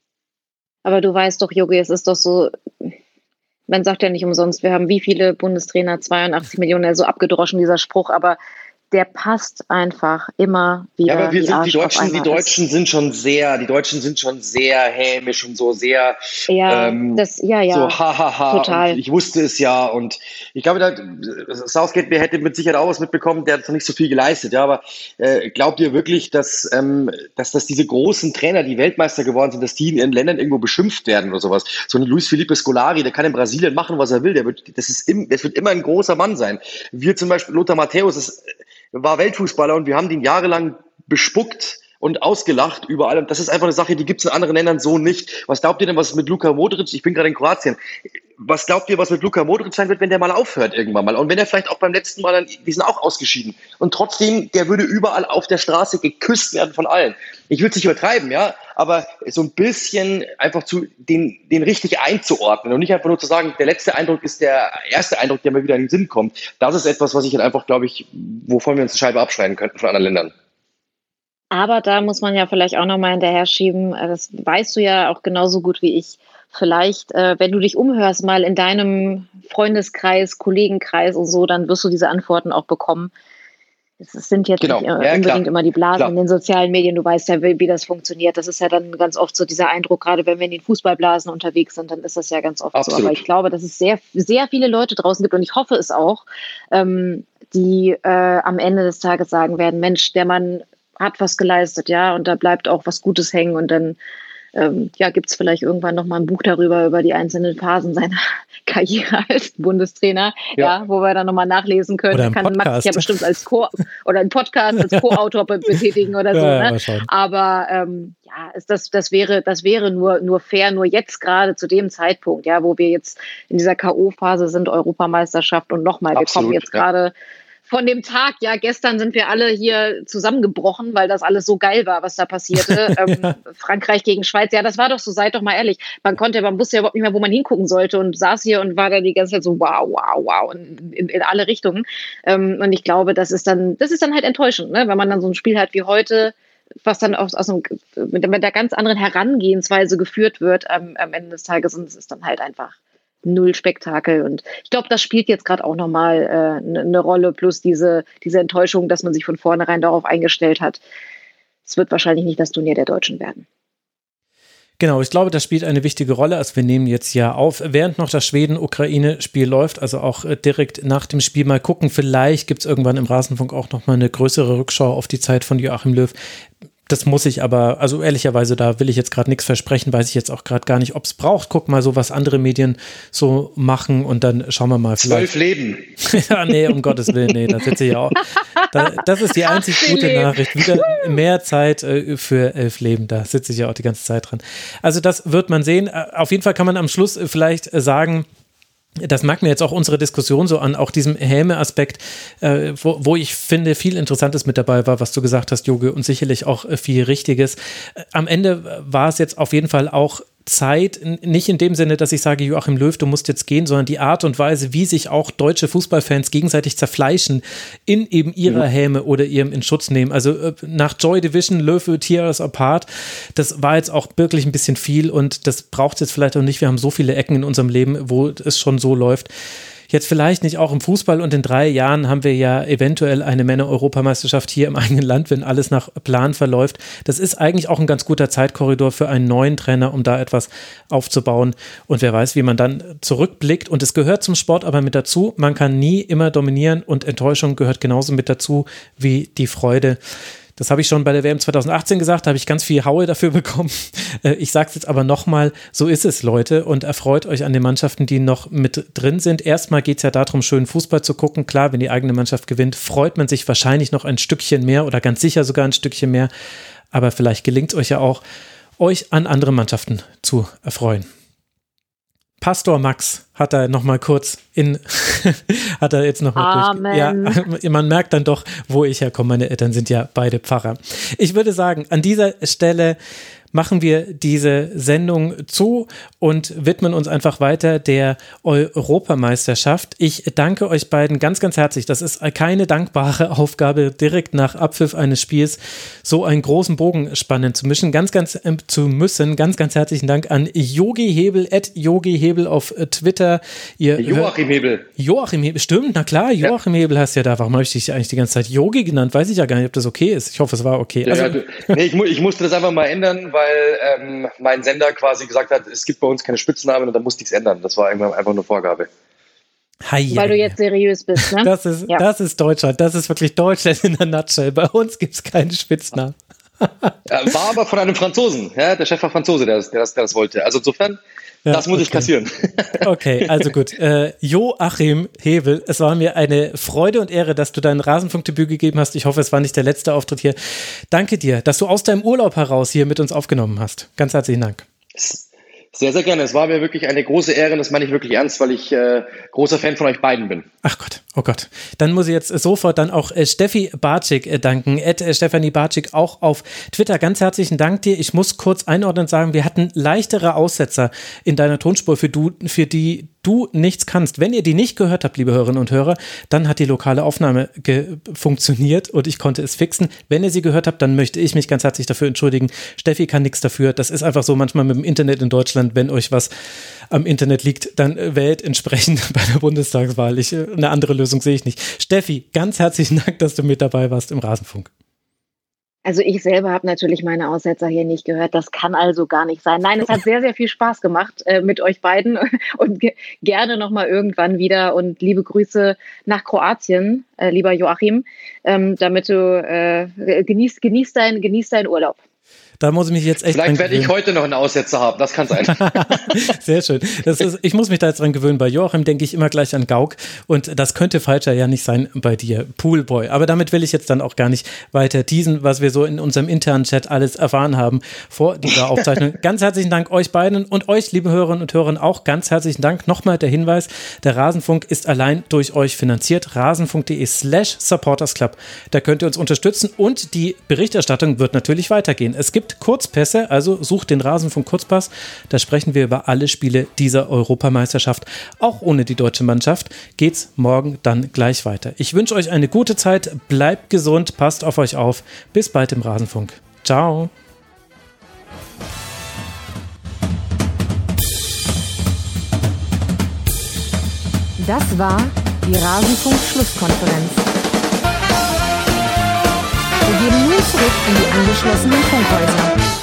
Aber du weißt doch, Jogi, es ist doch so, man sagt ja nicht umsonst, wir haben wie viele Bundestrainer, zweiundachtzig Millionen, also abgedroschen dieser Spruch, aber der passt einfach immer wieder. Ja, aber wir sind die Deutschen, die Deutschen sind schon sehr, die Deutschen sind schon sehr hämisch und so sehr, ja, ähm, das, ja, ja, so hahaha. total. Und ich wusste es ja und ich glaube, da, Southgate hätte mit Sicherheit auch was mitbekommen, der hat noch nicht so viel geleistet, ja, aber äh, glaubt ihr wirklich, dass, ähm, dass, dass diese großen Trainer, die Weltmeister geworden sind, dass die in ihren Ländern irgendwo beschimpft werden oder sowas? So ein Luis Felipe Scolari, der kann in Brasilien machen, was er will, der wird, das ist im, das wird immer ein großer Mann sein. Wir zum Beispiel, Lothar Matthäus ist, war Weltfußballer und wir haben den jahrelang bespuckt und ausgelacht überall. Und das ist einfach eine Sache, die gibt es in anderen Ländern so nicht. Was glaubt ihr denn, was mit Luka Modric, ich bin gerade in Kroatien, was glaubt ihr, was mit Luka Modric sein wird, wenn der mal aufhört irgendwann mal? Und wenn er vielleicht auch beim letzten Mal, dann, die sind auch ausgeschieden. Und trotzdem, der würde überall auf der Straße geküsst werden von allen. Ich würde es nicht übertreiben, ja, aber so ein bisschen einfach zu den, den richtig einzuordnen und nicht einfach nur zu sagen, der letzte Eindruck ist der erste Eindruck, der mir wieder in den Sinn kommt. Das ist etwas, was ich halt einfach, glaube ich, wovon wir uns eine Scheibe abschneiden könnten von anderen Ländern. Aber da muss man ja vielleicht auch nochmal hinterher schieben, das weißt du ja auch genauso gut wie ich, vielleicht, äh, wenn du dich umhörst mal in deinem Freundeskreis, Kollegenkreis und so, dann wirst du diese Antworten auch bekommen. Es sind jetzt genau. nicht ja, unbedingt klar. immer die Blasen klar. in den sozialen Medien, du weißt ja, wie, wie das funktioniert. Das ist ja dann ganz oft so dieser Eindruck, gerade wenn wir in den Fußballblasen unterwegs sind, dann ist das ja ganz oft Absolut. so. Aber ich glaube, dass es sehr, sehr viele Leute draußen gibt und ich hoffe es auch, ähm, die äh, am Ende des Tages sagen werden, Mensch, der Mann hat was geleistet, ja, und da bleibt auch was Gutes hängen und dann ähm, ja, gibt es vielleicht irgendwann noch mal ein Buch darüber, über die einzelnen Phasen seiner Karriere als Bundestrainer, ja, ja wo wir dann nochmal nachlesen können. Oder kann Max sich ja bestimmt als Co- oder ein Podcast als Co-Autor betätigen oder so. Ja, ne? ja, aber ähm, ja, ist das, das wäre, das wäre nur, nur fair, nur jetzt gerade zu dem Zeitpunkt, ja, wo wir jetzt in dieser K O-Phase sind, Europameisterschaft und nochmal, wir kommen jetzt gerade ja. von dem Tag, ja, gestern sind wir alle hier zusammengebrochen, weil das alles so geil war, was da passierte. ähm, Frankreich gegen Schweiz, ja, das war doch so, seid doch mal ehrlich. Man konnte, man wusste ja überhaupt nicht mehr, wo man hingucken sollte und saß hier und war dann die ganze Zeit so wow, wow, wow, in, in, in alle Richtungen. Ähm, und ich glaube, das ist dann, das ist dann halt enttäuschend, ne? Wenn man dann so ein Spiel hat wie heute, was dann aus, aus einem, mit, mit einer ganz anderen Herangehensweise geführt wird am, am Ende des Tages und es ist dann halt einfach null Spektakel und ich glaube, das spielt jetzt gerade auch nochmal eine äh, ne Rolle, plus diese, diese Enttäuschung, dass man sich von vornherein darauf eingestellt hat. Es wird wahrscheinlich nicht das Turnier der Deutschen werden. Genau, ich glaube, das spielt eine wichtige Rolle. Also wir nehmen jetzt ja auf, während noch das Schweden-Ukraine-Spiel läuft, also auch direkt nach dem Spiel mal gucken. Vielleicht gibt es irgendwann im Rasenfunk auch nochmal eine größere Rückschau auf die Zeit von Joachim Löw. Das muss ich aber, also ehrlicherweise, da will ich jetzt gerade nichts versprechen, weiß ich jetzt auch gerade gar nicht, ob es braucht. Guck mal so, was andere Medien so machen und dann schauen wir mal. Zwölf Leben. Ja, nee, um Gottes Willen, nee, das sitze ich ja auch. Da, das ist die einzig gute Leben. Nachricht. Wieder mehr Zeit äh, für elf Leben, da sitze ich ja auch die ganze Zeit dran. Also das wird man sehen. Auf jeden Fall kann man am Schluss vielleicht sagen, das mag mir jetzt auch unsere Diskussion so an, auch diesem Häme-Aspekt, äh, wo, wo ich finde, viel Interessantes mit dabei war, was du gesagt hast, Jogi, und sicherlich auch äh, viel Richtiges. Äh, am Ende war es jetzt auf jeden Fall auch Zeit, nicht in dem Sinne, dass ich sage, Joachim Löw, du musst jetzt gehen, sondern die Art und Weise, wie sich auch deutsche Fußballfans gegenseitig zerfleischen in eben ihrer Häme oder ihrem in Schutz nehmen. Also nach Joy Division, Löw, Tears Apart, das war jetzt auch wirklich ein bisschen viel und das braucht es jetzt vielleicht auch nicht. Wir haben so viele Ecken in unserem Leben, wo es schon so läuft. Jetzt vielleicht nicht auch im Fußball und in drei Jahren haben wir ja eventuell eine Männer-Europameisterschaft hier im eigenen Land, wenn alles nach Plan verläuft. Das ist eigentlich auch ein ganz guter Zeitkorridor für einen neuen Trainer, um da etwas aufzubauen. Und wer weiß, wie man dann zurückblickt. Und es gehört zum Sport aber mit dazu. Man kann nie immer dominieren und Enttäuschung gehört genauso mit dazu wie die Freude. Das habe ich schon bei der W M zwanzig achtzehn gesagt, da habe ich ganz viel Haue dafür bekommen. Ich sage es jetzt aber nochmal, so ist es, Leute, und erfreut euch an den Mannschaften, die noch mit drin sind. Erstmal geht es ja darum, schön Fußball zu gucken. Klar, wenn die eigene Mannschaft gewinnt, freut man sich wahrscheinlich noch ein Stückchen mehr oder ganz sicher sogar ein Stückchen mehr. Aber vielleicht gelingt es euch ja auch, euch an andere Mannschaften zu erfreuen. Pastor Max hat er noch mal kurz in, hat er jetzt noch mal durch, ja, man merkt dann doch, wo ich herkomme. Meine Eltern sind ja beide Pfarrer. Ich würde sagen, an dieser Stelle machen wir diese Sendung zu und widmen uns einfach weiter der Europameisterschaft. Ich danke euch beiden ganz, ganz herzlich. Das ist keine dankbare Aufgabe, direkt nach Abpfiff eines Spiels so einen großen Bogen spannen zu müssen. Ganz, ganz äh, zu müssen. Ganz, ganz herzlichen Dank an Jogi Hebel, at Jogi Hebel auf Twitter. Ihr Joachim Hebel. Joachim Hebel, stimmt, na klar, Joachim ja. Hebel hast du ja da. Warum habe ich dich eigentlich die ganze Zeit Jogi genannt? Weiß ich ja gar nicht, ob das okay ist. Ich hoffe, es war okay. Ja, also, ja, du, nee, ich, mu- ich musste das einfach mal ändern, weil weil ähm, mein Sender quasi gesagt hat, es gibt bei uns keine Spitznamen und da musste ich es ändern. Das war einfach eine Vorgabe. Hi, weil du jetzt seriös bist, ne? Das ist, ja. das ist Deutschland. Das ist wirklich Deutschland in der Nutshell. Bei uns gibt es keinen Spitznamen. War aber von einem Franzosen. Ja? Der Chef war Franzose, der das, der das, der das wollte. Also insofern, ja, das muss okay. ich kassieren. Okay, also gut. Äh, Joachim Hebel, es war mir eine Freude und Ehre, dass du dein Rasenfunkdebüt gegeben hast. Ich hoffe, es war nicht der letzte Auftritt hier. Danke dir, dass du aus deinem Urlaub heraus hier mit uns aufgenommen hast. Ganz herzlichen Dank. Sehr, sehr gerne. Es war mir wirklich eine große Ehre und das meine ich wirklich ernst, weil ich äh, großer Fan von euch beiden bin. Ach Gott, oh Gott. Dann muss ich jetzt sofort dann auch äh, Steffi Bartschik äh, danken. Ed, äh, Stefanie Bartschik auch auf Twitter. Ganz herzlichen Dank dir. Ich muss kurz einordnend sagen, wir hatten leichtere Aussetzer in deiner Tonspur, für, du, für die du nichts kannst. Wenn ihr die nicht gehört habt, liebe Hörerinnen und Hörer, dann hat die lokale Aufnahme ge- funktioniert und ich konnte es fixen. Wenn ihr sie gehört habt, dann möchte ich mich ganz herzlich dafür entschuldigen. Steffi kann nichts dafür. Das ist einfach so manchmal mit dem Internet in Deutschland. Wenn euch was am Internet liegt, dann wählt entsprechend bei der Bundestagswahl. Ich, eine andere Lösung sehe ich nicht. Steffi, ganz herzlichen Dank, dass du mit dabei warst im Rasenfunk. Also ich selber habe natürlich meine Aussetzer hier nicht gehört. Das kann also gar nicht sein. Nein, es hat sehr, sehr viel Spaß gemacht äh, mit euch beiden und ge- gerne nochmal irgendwann wieder. Und liebe Grüße nach Kroatien, äh, lieber Joachim, ähm, damit du äh, genießt, genießt, dein, genießt deinen Urlaub. Da muss ich mich jetzt echt Vielleicht werde ich heute noch einen Aussetzer haben, das kann sein. Sehr schön. Das ist, ich muss mich da jetzt dran gewöhnen. Bei Joachim denke ich immer gleich an Gauck und das könnte falscher ja nicht sein bei dir, Poolboy. Aber damit will ich jetzt dann auch gar nicht weiter teasen, was wir so in unserem internen Chat alles erfahren haben vor dieser Aufzeichnung. Ganz herzlichen Dank euch beiden und euch, liebe Hörerinnen und Hörer, auch ganz herzlichen Dank. Nochmal der Hinweis, der Rasenfunk ist allein durch euch finanziert. rasenfunk.de slash supportersclub. Da könnt ihr uns unterstützen und die Berichterstattung wird natürlich weitergehen. Es gibt Kurzpässe, also sucht den Rasenfunk Kurzpass. Da sprechen wir über alle Spiele dieser Europameisterschaft. Auch ohne die deutsche Mannschaft geht's morgen dann gleich weiter. Ich wünsche euch eine gute Zeit, bleibt gesund, passt auf euch auf. Bis bald im Rasenfunk. Ciao. Das war die Rasenfunk-Schlusskonferenz. Wir gehen nun zurück in die angeschlossenen Funkhäuser.